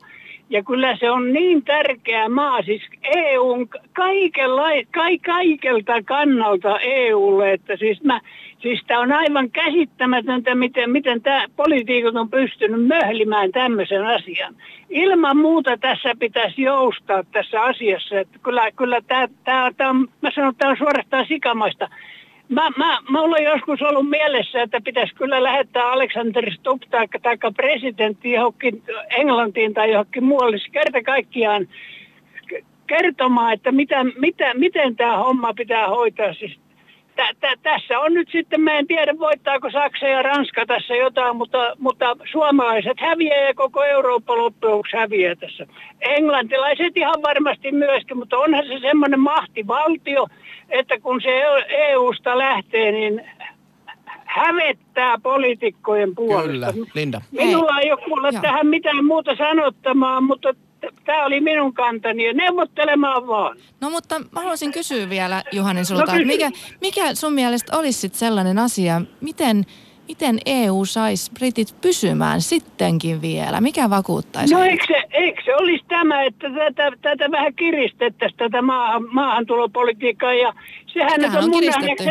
Ja kyllä se on niin tärkeä maa, siis EUn kaikelta kannalta EUlle, että siis tämä on aivan käsittämätöntä, miten tämä poliitikot on pystynyt möhlimään tämmöisen asian. Ilman muuta tässä pitäisi joustaa tässä asiassa, että kyllä tämä on, mä sanon, että tämä on suorastaan sikamaista. Mulla on joskus ollut mielessä, että pitäisi kyllä lähettää Alexander Stubb tai presidentti johonkin Englantiin tai johonkin muualle kerta kaikkiaan kertomaan, että miten tämä homma pitää hoitaa. Siis, tässä on nyt sitten, mä en tiedä voittaako Saksa ja Ranska tässä jotain, mutta suomalaiset häviää ja koko Eurooppa loppujen lopuksi häviää tässä. Englantilaiset ihan varmasti myöskin, mutta onhan se semmoinen mahtivaltio, että kun se EUsta lähtee, niin hävettää poliitikkojen puolesta. Kyllä, Linda. Minulla ei ole kuule tähän mitään muuta sanottamaan, mutta tämä oli minun kantani ja neuvottelemaan vaan. No mutta mä haluaisin kysyä vielä, Juhani, sulta, mikä sun mielestä olisi sitten sellainen asia, miten EU saisi britit pysymään sittenkin vielä? Mikä vakuuttaisi? No eikö se olisi tämä, että tätä vähän kiristettäisiin tätä maahantulopolitiikkaa ja sehän sitähän nyt on mun kiristetty.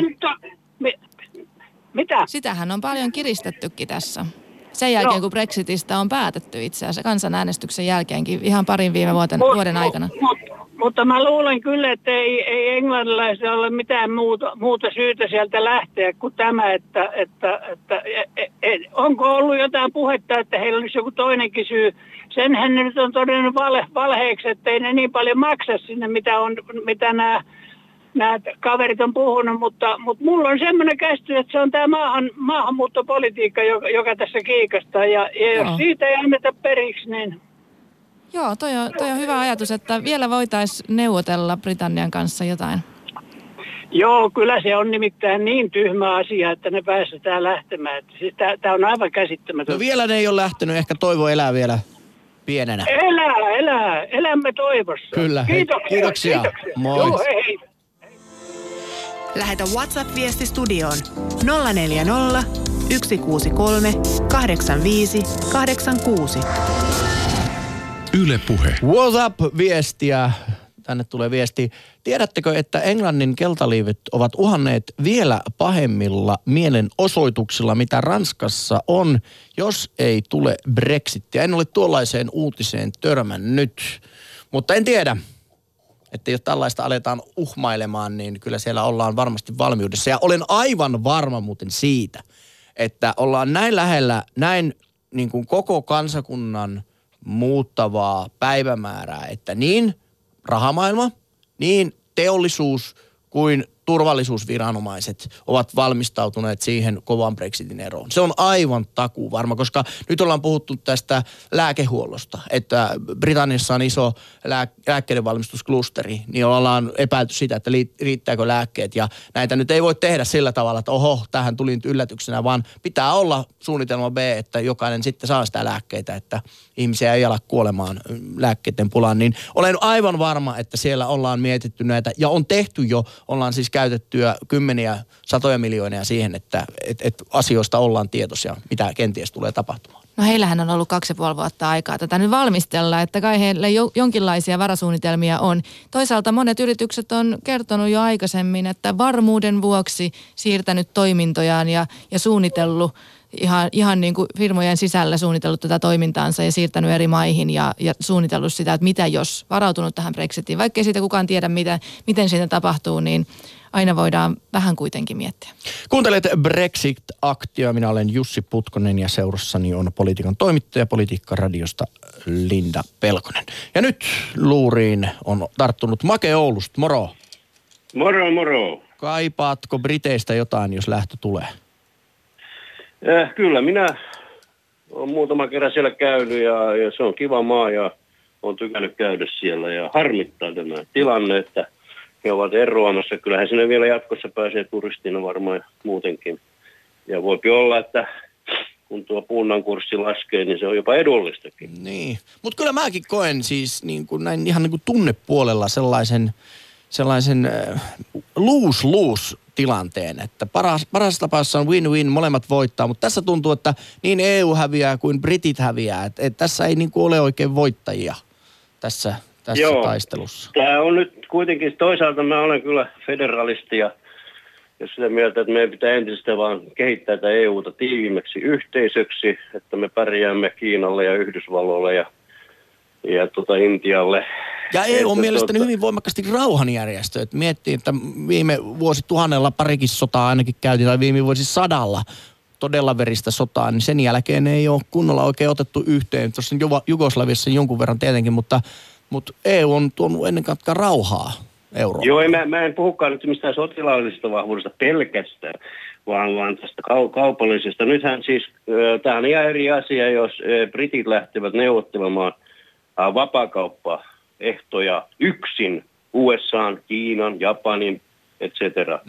Mitä? Sitähän on paljon kiristettykin tässä. Sen jälkeen, kun Brexitistä on päätetty itse asiassa kansanäänestyksen jälkeenkin ihan parin viime vuoden aikana. Mutta mä luulen kyllä, että ei englannilaisilla ole mitään muuta syytä sieltä lähteä kuin tämä, että onko ollut jotain puhetta, että heillä olisi joku toinenkin syy. Senhän ne nyt on todennut valheeksi, että ei ne niin paljon maksa sinne, mitä nämä kaverit on puhunut, mutta mulla on semmoinen käsitys, että se on tämä maahanmuuttopolitiikka, joka tässä kiikastaa. Ja jos siitä ei anneta periksi, niin... Joo, toi on hyvä ajatus, että vielä voitaisiin neuvotella Britannian kanssa jotain. Joo, kyllä se on nimittäin niin tyhmä asia, että ne päästetään lähtemään. Siis tämä on aivan käsittämätöntä. No vielä ne ei ole lähtenyt, ehkä toivo elää vielä pienenä. Elämme toivossa. Kyllä, kiitoksia. Moi. Joo, hei. Lähetä WhatsApp-viesti studioon 040 163 85 86. Yle Puhe. What's up -viestiä. Tänne tulee viesti. Tiedättekö, että Englannin keltaliivit ovat uhanneet vielä pahemmilla mielenosoituksilla, mitä Ranskassa on, jos ei tule Brexittiä? En ole tuollaiseen uutiseen törmännyt, mutta en tiedä. Että jos tällaista aletaan uhmailemaan, niin kyllä siellä ollaan varmasti valmiudessa. Ja olen aivan varma muuten siitä, että ollaan näin lähellä, näin niin kuin koko kansakunnan muuttavaa päivämäärää, että niin rahamaailma, niin teollisuus kuin turvallisuusviranomaiset ovat valmistautuneet siihen kovan Brexitin eroon. Se on aivan takuu varma, koska nyt ollaan puhuttu tästä lääkehuollosta, että Britanniassa on iso lääkkeiden valmistusklusteri, niin ollaan epäilty sitä, että riittääkö lääkkeet, ja näitä nyt ei voi tehdä sillä tavalla, että oho, tähän tuli nyt yllätyksenä, vaan pitää olla suunnitelma B, että jokainen sitten saa sitä lääkkeitä, että ihmisiä ei ala kuolemaan lääkkeiden pulaan, niin olen aivan varma, että siellä ollaan mietitty näitä, ja on tehty jo, ollaan siis käytettyä kymmeniä, satoja miljoonia siihen, että asioista ollaan tietoisia, mitä kenties tulee tapahtumaan. No heillähän on ollut 2,5 vuotta aikaa tätä nyt valmistella, että kai heillä jonkinlaisia varasuunnitelmia on. Toisaalta monet yritykset on kertonut jo aikaisemmin, että varmuuden vuoksi siirtänyt toimintojaan ja suunnitellut ihan niin kuin firmojen sisällä suunnitellut tätä toimintaansa ja siirtänyt eri maihin ja suunnitellut sitä, että mitä jos varautunut tähän Brexitiin. Vaikka ei siitä kukaan tiedä, miten siitä tapahtuu, niin aina voidaan vähän kuitenkin miettiä. Kuuntelet Brexit-aktioa. Minä olen Jussi Putkonen ja seurassani on politiikan toimittaja Politiikka-radiosta Linda Pelkonen. Ja nyt luuriin on tarttunut Make Oulusta. Moro. Moro. Kaipaatko Briteistä jotain, jos lähtö tulee? Kyllä, minä olen muutama kerran siellä käynyt ja se on kiva maa ja olen tykännyt käydä siellä ja harmittaa tämä tilanne, että he ovat eroamassa. Kyllähän sinne vielä jatkossa pääsee turistina varmaan muutenkin. Ja voipi olla, että kun tuo punnan kurssi laskee, niin se on jopa edullistakin. Niin, mutta kyllä mäkin koen siis niin kuin näin ihan niin kuin tunnepuolella sellaisen lose-lose-tilanteen, että paras tapauksessa on win-win, molemmat voittaa, mutta tässä tuntuu, että niin EU häviää kuin britit häviää, että tässä ei niin kuin ole oikein voittajia. tässä taistelussa? Tämä on nyt kuitenkin, toisaalta mä olen kyllä federalisti ja sitä mieltä, että meidän pitää entistä vaan kehittää tätä EUta tiiviimmäksi yhteisöksi, että me pärjäämme Kiinalle ja Yhdysvalloille ja Intialle. Ja EU on mielestäni hyvin voimakkaasti rauhanjärjestö. Että miettii, että viime vuosituhannella parikin sotaa ainakin käytiin, tai viime vuosisadalla todella veristä sotaa, niin sen jälkeen ei ole kunnolla oikein otettu yhteen. Tuossa Jugoslaviassa jonkun verran tietenkin, mutta EU on tuonut ennen kaikkea rauhaa Eurooppaan. Joo, mä en puhukaan nyt mistään sotilaallisesta vahvuudesta pelkästään, vaan tästä kaupallisesta. Nythän siis, tämä on ihan eri asia, jos britit lähtevät neuvottelemaan vapaakauppaehtoja yksin USA:n, Kiinan, Japanin, etc.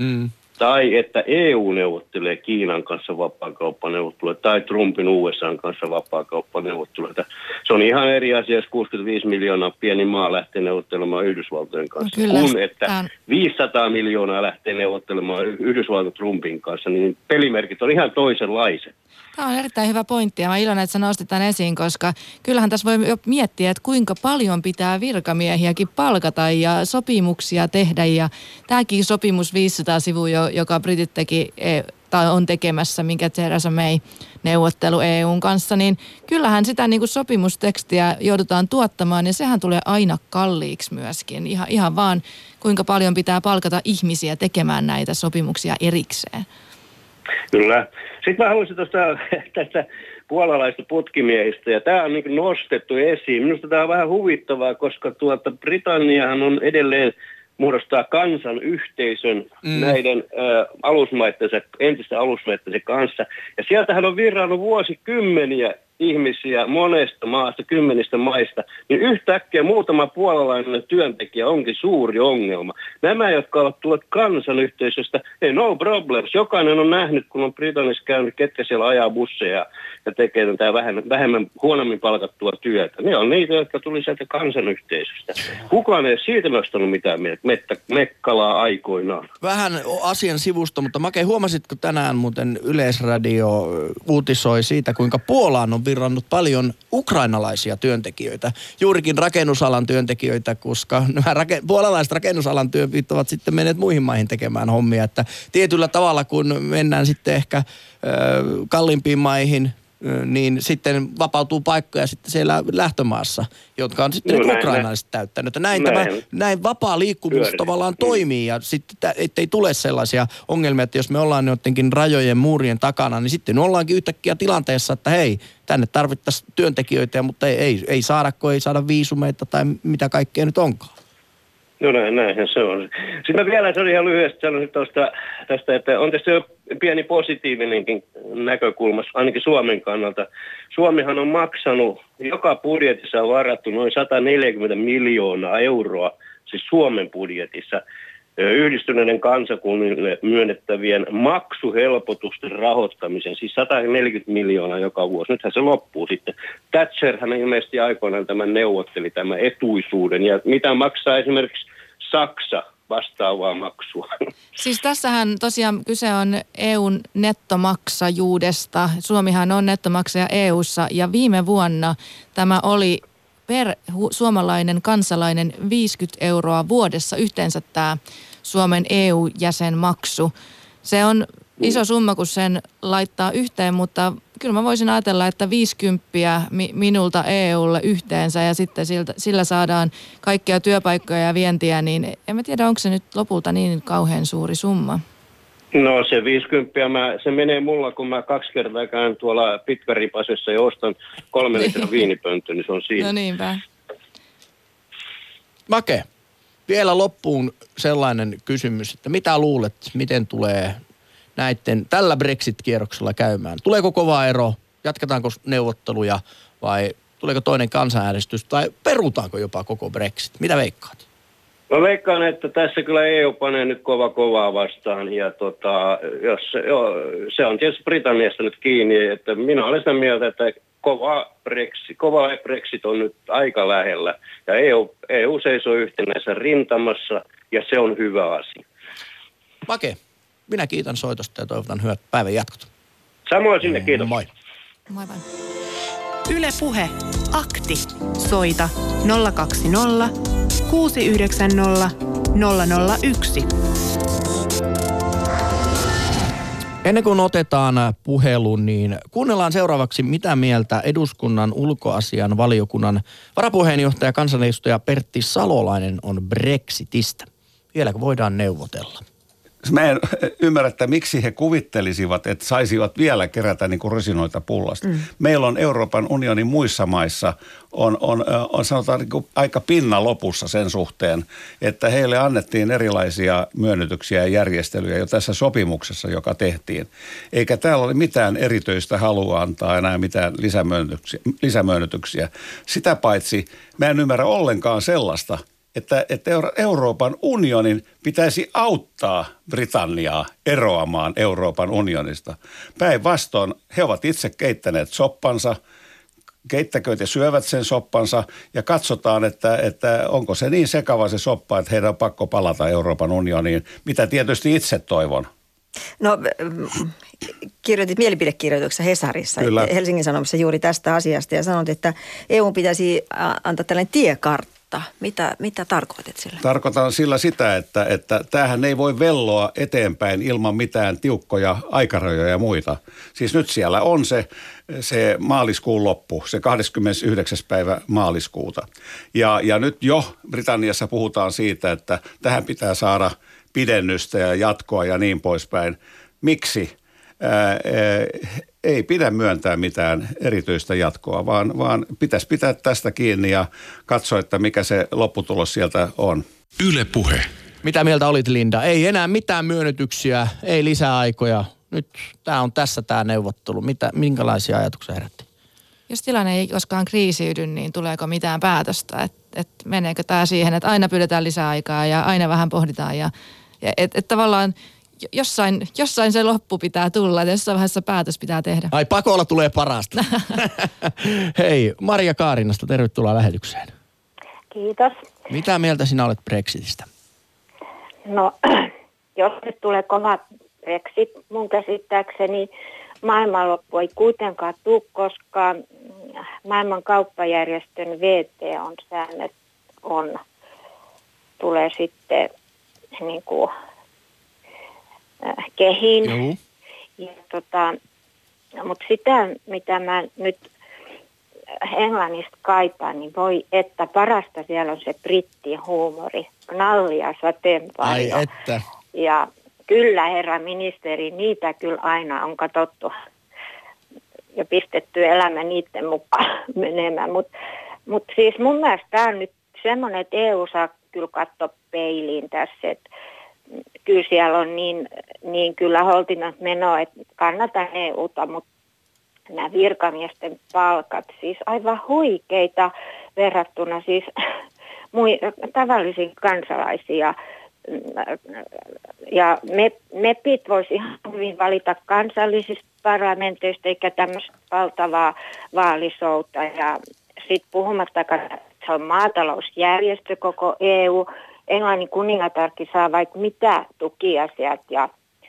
Tai että EU neuvottelee Kiinan kanssa vapaakauppaneuvotteluja tai Trumpin USA:n kanssa vapaakauppaneuvotteluja. Se on ihan eri asia, jos 65 miljoonaa pieni maa lähtee neuvottelemaan Yhdysvaltojen kanssa. Kyllä, kun että 500 miljoonaa lähtee neuvottelemaan Yhdysvaltojen Trumpin kanssa, niin pelimerkit on ihan toisenlaiset. Tämä on erittäin hyvä pointti ja mä iloinen, että sä nostit tämän esiin, koska kyllähän tässä voi jo miettiä, että kuinka paljon pitää virkamiehiäkin palkata ja sopimuksia tehdä. Ja tämäkin sopimus 500 sivua, joka britit teki tai on tekemässä, minkä Theresa May neuvottelu EUn kanssa, niin kyllähän sitä niin kuin sopimustekstiä joudutaan tuottamaan ja sehän tulee aina kalliiksi myöskin. Ihan vaan kuinka paljon pitää palkata ihmisiä tekemään näitä sopimuksia erikseen. Kyllä. Sitten mä haluaisin tästä puolalaista putkimiehistä, ja tämä on niin nostettu esiin. Minusta tämä on vähän huvittavaa, koska Britanniahan on edelleen muodostaa kansanyhteisön näiden entisten alusmaittensa kanssa. Ja sieltähän on virrannut vuosikymmeniä ihmisiä monesta maasta, kymmenistä maista, niin yhtäkkiä muutama puolalainen työntekijä onkin suuri ongelma. Nämä, jotka ovat tulleet kansanyhteisöstä, no problems. Jokainen on nähnyt, kun on Britannissa käynyt, ketkä siellä ajaa busseja ja tekee tätä vähemmän huonommin palkattua työtä. Ne on niitä, jotka tuli sieltä kansanyhteisöstä. Kukaan ei siitä nostanut mitään mekkalaa aikoinaan. Vähän asian sivusta, mutta Make, huomasitko tänään muuten Yleisradio uutisoi siitä, kuinka Puolaan on virrannut paljon ukrainalaisia työntekijöitä, juurikin rakennusalan työntekijöitä, koska nämä puolalaiset rakennusalan työt ovat sitten menneet muihin maihin tekemään hommia, että tietyllä tavalla kun mennään sitten ehkä kalliimpiin maihin, niin sitten vapautuu paikkoja sitten siellä lähtömaassa, jotka on sitten ukrainalaiset täyttänyt. Näin vapaa liikkuvuus tavallaan toimii ja sitten ettei tule sellaisia ongelmia, että jos me ollaan jotenkin rajojen muurien takana, niin sitten ollaankin yhtäkkiä tilanteessa, että hei, tänne tarvittaisiin työntekijöitä, mutta ei saada viisumeita tai mitä kaikkea nyt onkaan. No näinhän se on. Sitten mä vielä ihan lyhyesti sanoisin tästä, että on tässä jo pieni positiivinenkin näkökulma, ainakin Suomen kannalta. Suomihan on maksanut, joka budjetissa on varattu noin 140 miljoonaa euroa, siis Suomen budjetissa, yhdistyneiden kansakunnille myönnettävien maksuhelpotusten rahoittamisen, siis 140 miljoonaa joka vuosi. Nythän se loppuu sitten. Thatcherhän ilmeisesti aikoinaan tämän neuvotteli, tämän etuisuuden, ja mitä maksaa esimerkiksi Saksa vastaavaa maksua. Siis tässähän tosiaan kyse on EUn nettomaksajuudesta. Suomihan on nettomaksaja EUssa ja viime vuonna tämä oli per suomalainen kansalainen 50 € vuodessa yhteensä tämä Suomen EU-jäsenmaksu. Se on iso summa, kun sen laittaa yhteen, mutta kyllä mä voisin ajatella, että 50 minulta EUlle yhteensä ja sitten sillä saadaan kaikkia työpaikkoja ja vientiä, niin en mä tiedä, onko se nyt lopulta niin kauhean suuri summa. No se 50, se menee mulla, kun mä 2 kertaa käyn tuolla Pitkäripasessa ja ostan 3 litran viinipönttö, niin se on siinä. No niinpä. Make, vielä loppuun sellainen kysymys, että mitä luulet, miten tulee tällä Brexit-kierroksella käymään? Tuleeko kova ero? Jatketaanko neuvotteluja vai tuleeko toinen kansanäänestys tai perutaanko jopa koko Brexit? Mitä veikkaat? Mä veikkaan, että tässä kyllä EU panee nyt kovaa vastaan ja se on tietysti Britanniasta nyt kiinni, että minä olen sitä mieltä, että kova Brexit on nyt aika lähellä ja EU seisoo yhtenäisessä rintamassa ja se on hyvä asia. Make, minä kiitän soitosta ja toivotan hyvät päivän jatkot. Samoin sinne, kiitos. Moi. Moi. Yle Puhe. Akti. Soita 020 690 001. Ennen kuin otetaan puhelun, niin kuunnellaan seuraavaksi, mitä mieltä eduskunnan ulkoasian valiokunnan varapuheenjohtaja kansanedustaja Pertti Salolainen on Brexitistä. Vieläkö voidaan neuvotella? Mä en ymmärrä, että miksi he kuvittelisivat, että saisivat vielä kerätä niin kuin rusinoita pullasta. Meillä on Euroopan unionin muissa maissa on sanotaan niin kuin aika pinna lopussa sen suhteen, että heille annettiin erilaisia myönnytyksiä ja järjestelyjä jo tässä sopimuksessa, joka tehtiin. Eikä täällä ole mitään erityistä halua antaa enää mitään lisämyönnytyksiä. Sitä paitsi mä en ymmärrä ollenkaan sellaista, että Euroopan unionin pitäisi auttaa Britanniaa eroamaan Euroopan unionista. Päinvastoin he ovat itse keittäneet soppansa, keittäkööt ja syövät sen soppansa ja katsotaan, että onko se niin sekava se soppa, että heidän on pakko palata Euroopan unioniin, mitä tietysti itse toivon. No, kirjoitit mielipidekirjoituksessa Hesarissa, Helsingin Sanomissa juuri tästä asiasta ja sanot, että EU pitäisi antaa tällainen tiekartta. Mitä tarkoitat sillä? Tarkoitan sillä sitä, että tämähän ei voi velloa eteenpäin ilman mitään tiukkoja aikarajoja ja muita. Siis nyt siellä on se maaliskuun loppu, se 29. päivä maaliskuuta. Ja nyt jo Britanniassa puhutaan siitä, että tähän pitää saada pidennystä ja jatkoa ja niin poispäin. Miksi? Ei pidä myöntää mitään erityistä jatkoa, vaan pitäisi pitää tästä kiinni ja katsoa, että mikä se lopputulos sieltä on. Yle Puhe. Mitä mieltä olit, Linda? Ei enää mitään myönnytyksiä, ei lisäaikoja. Nyt tämä on tässä tämä neuvottelu. Minkälaisia ajatuksia herätti? Jos tilanne ei koskaan kriisiydy, niin tuleeko mitään päätöstä? Että meneekö tämä siihen, että aina pyydetään lisäaikaa ja aina vähän pohditaan ja että tavallaan jossain se loppu pitää tulla, että jossain vaiheessa päätös pitää tehdä. Ai, pakolla tulee parasta. Hei, Maria Kaarinasta, tervetuloa lähetykseen. Kiitos. Mitä mieltä sinä olet Brexitistä? No, jos nyt tulee kova Brexit, mun käsittääkseni maailmanloppu ei kuitenkaan tule, koska maailman kauppajärjestön VTO:n säännöt tulee sitten niin kuin kehin. Mutta sitä, mitä mä nyt Englannista kaipaan, niin voi, että parasta siellä on se brittihuumori, knalli ja sateenvarjo. Ai että. Ja kyllä, herra ministeri, niitä kyllä aina on katsottu ja pistetty elämä niiden mukaan menemään. Mutta siis mun mielestä tämä on nyt semmoinen, että EU saa kyllä katsoa peiliin tässä, että kyllä siellä on niin kyllä holtinat menoa, että kannatan EUta, mutta nämä virkamiesten palkat, siis aivan huikeita verrattuna siis tavallisiin kansalaisia. Ja MEPit voisi ihan hyvin valita kansallisista parlamenteista eikä tämmöistä valtavaa vaalisouta. Ja sitten puhumattakaan, että se on maatalousjärjestö koko EU. Englannin kuningatarkin saa vaikka mitä tukia sieltä. Ja,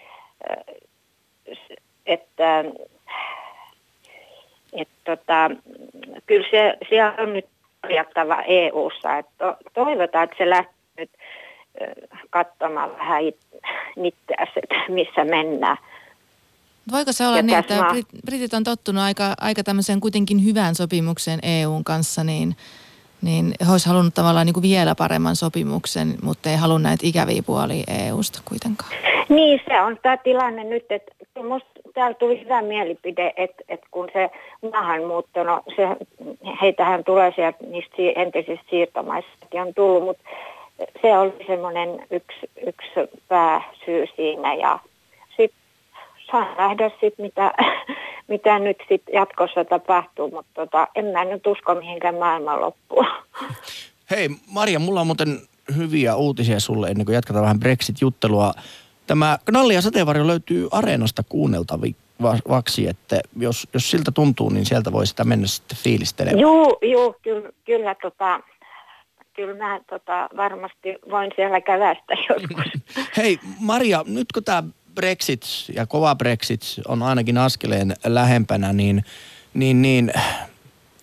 kyllä siellä on nyt korjattava EU:ssa. Että toivotaan, että se lähtee nyt katsomaan vähän itseäsi, että missä mennään. Voiko se olla ja niin, että britit on tottunut aika tämmöiseen kuitenkin hyvään sopimukseen EUn kanssa, niin he olisi halunnut tavallaan niin kuin vielä paremman sopimuksen, mutta ei halua näitä ikäviä puolia EUsta kuitenkaan. Niin, se on tämä tilanne nyt, että minusta täällä tuli hyvä mielipide, että kun se maahanmuutto, no heitähän tulee sieltä niistä entisistä siirtomaista on tullut, mutta se oli semmoinen yksi pääsyy siinä ja sitten saa nähdä sitten mitä nyt sitten jatkossa tapahtuu, mutta en mä nyt usko mihinkään maailmanloppuun. Hei Maria, mulla on muuten hyviä uutisia sulle ennen kuin jatketaan vähän Brexit-juttelua. Tämä knalli ja sateenvarjo löytyy Areenasta kuunneltavaksi, että jos siltä tuntuu, niin sieltä voi sitä mennä sitten fiilistelemään. Joo, kyllä kyllä mä varmasti voin siellä kävästä joskus. Hei Maria, nyt kun tämä Brexit ja kova Brexit on ainakin askeleen lähempänä, niin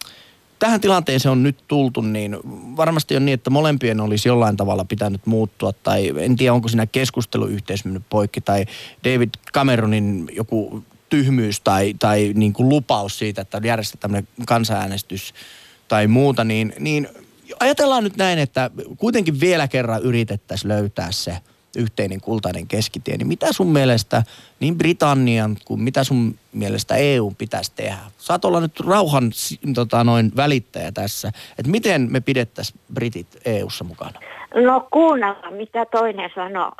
tähän tilanteeseen on nyt tultu, niin varmasti on niin, että molempien olisi jollain tavalla pitänyt muuttua, tai en tiedä, onko siinä keskusteluyhteys mennyt poikki, tai David Cameronin joku tyhmyys tai niin kuin lupaus siitä, että järjestetään tämmöinen kansanäänestys tai muuta, niin ajatellaan nyt näin, että kuitenkin vielä kerran yritettäisiin löytää se yhteinen kultainen keskitie, niin mitä sun mielestä niin Britannian kuin mitä sun mielestä EU pitäisi tehdä? Saat olla nyt rauhan välittäjä tässä, että miten me pidettäisiin britit EU:ssa mukana? No kuunnella, mitä toinen sanoo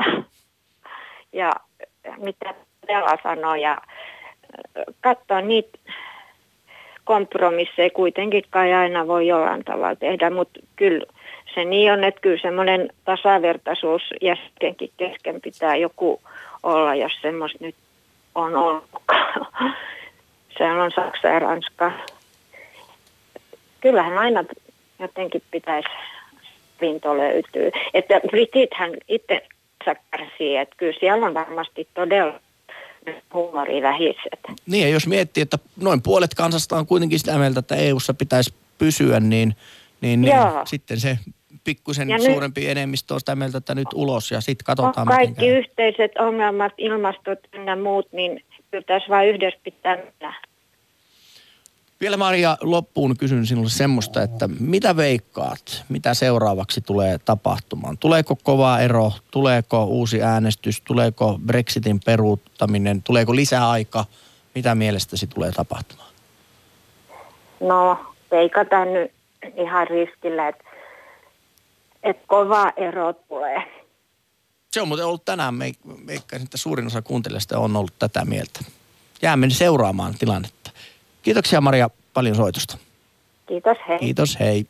ja mitä todella sanoo ja katsoa niitä kompromisseja kuitenkin kai aina voi jollain tavalla tehdä, mutta kyllä se niin on, että kyllä semmoinen tasavertaisuus jäsenkin kesken pitää joku olla, jos semmoista nyt on ollut. Se on Saksa ja Ranska. Kyllähän aina jotenkin pitäisi rinto löytyy. Että britithän itse kärsii, että kyllä siellä on varmasti todella huumori vähiset. Niin, ja jos miettii, että noin puolet kansasta on kuitenkin sitä mieltä, että EU:ssa pitäisi pysyä, niin sitten se pikkusen suurempi enemmistö on sitä mieltä, että nyt ulos ja sitten katsotaan. Kaikki yhteiset ongelmat, ilmastot ja muut, niin kyllä tässä vain yhdessä pitää mennä. Vielä Maria, loppuun kysyn sinulle semmoista, että mitä veikkaat, mitä seuraavaksi tulee tapahtumaan? Tuleeko kova ero, tuleeko uusi äänestys, tuleeko Brexitin peruuttaminen, tuleeko lisäaika? Mitä mielestäsi tulee tapahtumaan? No, veikataan nyt ihan riskillä, että kova ero tulee. Se on muuten ollut tänään, meikkaisin, että suurin osa kuuntelijoista on ollut tätä mieltä. Jäämme seuraamaan tilannetta. Kiitoksia Maria paljon soitosta. Kiitos, hei. Kiitos, hei.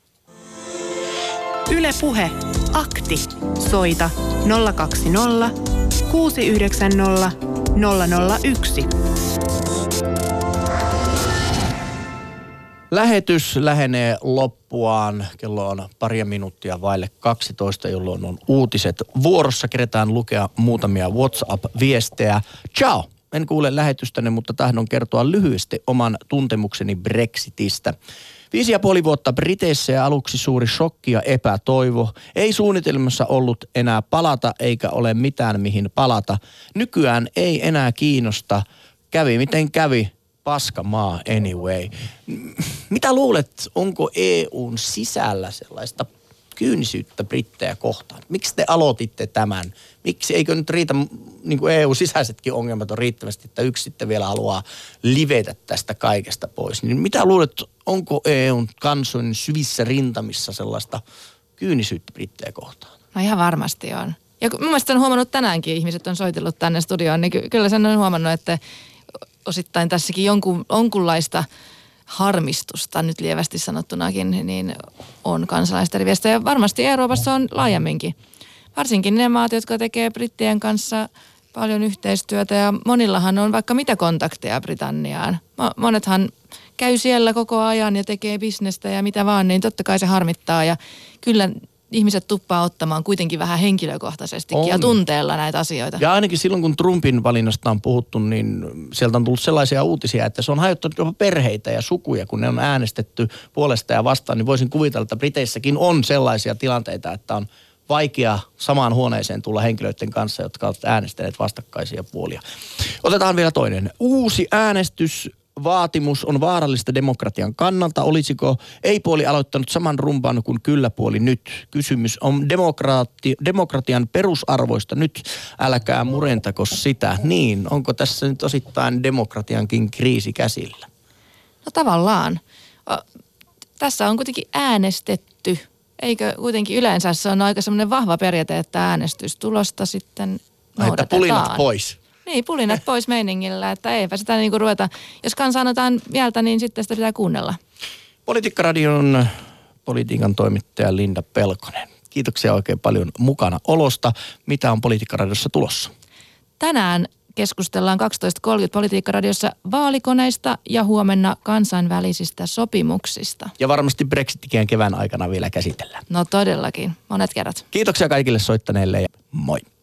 Yle Puhe. Akti. Soita 020 690 001. Lähetys lähenee loppuaan. Kello on pari minuuttia vaille 12, jolloin on uutiset vuorossa. Keretään lukea muutamia WhatsApp-viestejä. Ciao! En kuule lähetystäne, mutta tahdon kertoa lyhyesti oman tuntemukseni Brexitistä. 5,5 vuotta Briteissä ja aluksi suuri shokki ja epätoivo. Ei suunnitelmassa ollut enää palata eikä ole mitään mihin palata. Nykyään ei enää kiinnosta. Kävi miten kävi. Paska maa anyway. Mitä luulet, onko EUn sisällä sellaista kyynisyyttä brittejä kohtaan? Miksi te aloititte tämän? Miksi eikö nyt riitä, niin kuin EU-sisäisetkin ongelmat on riittävästi, että yksi sitten vielä haluaa livetä tästä kaikesta pois? Niin mitä luulet, onko EUn kansojen syvissä rintamissa sellaista kyynisyyttä brittejä kohtaan? No ihan varmasti on. Ja mun mielestä on huomannut tänäänkin, ihmiset on soitellut tänne studioon, niin kyllä sen on huomannut, että osittain tässäkin jonkunlaista harmistusta, nyt lievästi sanottunakin, niin on kansalaisten rivistä. Ja varmasti Euroopassa on laajemminkin. Varsinkin ne maat, jotka tekee brittien kanssa paljon yhteistyötä ja monillahan on vaikka mitä kontakteja Britanniaan. Monethan käy siellä koko ajan ja tekee bisnestä ja mitä vaan, niin totta kai se harmittaa ja kyllä ihmiset tuppaa ottamaan kuitenkin vähän henkilökohtaisestikin ja tunteella näitä asioita. Ja ainakin silloin, kun Trumpin valinnasta on puhuttu, niin sieltä on tullut sellaisia uutisia, että se on hajottanut jopa perheitä ja sukuja, kun ne on äänestetty puolesta ja vastaan, niin voisin kuvitella, että Briteissäkin on sellaisia tilanteita, että on vaikea samaan huoneeseen tulla henkilöiden kanssa, jotka ovat äänestäneet vastakkaisia puolia. Otetaan vielä toinen. Uusi äänestysvaatimus on vaarallista demokratian kannalta. Olisiko ei-puoli aloittanut saman rumban kuin kyllä-puoli nyt? Kysymys on demokratian perusarvoista nyt. Älkää murentako sitä. Niin, onko tässä nyt osittain demokratiankin kriisi käsillä? No tavallaan. Tässä on kuitenkin äänestetty. Eikö kuitenkin yleensä se on aika semmoinen vahva periaate, että äänestystulosta sitten noudatetaan. Että pulinat pois. Niin, pulinat pois meiningillä, että eipä sitä niinku ruveta. Jos kansa annetaan mieltä, niin sitten sitä pitää kuunnella. Politiikkaradion politiikan toimittaja Linda Pelkonen. Kiitoksia oikein paljon mukana olosta. Mitä on Politiikkaradiossa tulossa? Tänään keskustellaan 12.30 Politiikkaradiossa vaalikoneista ja huomenna kansainvälisistä sopimuksista. Ja varmasti Brexitikin kevään aikana vielä käsitellään. No todellakin, monet kerrat. Kiitoksia kaikille soittaneille ja moi.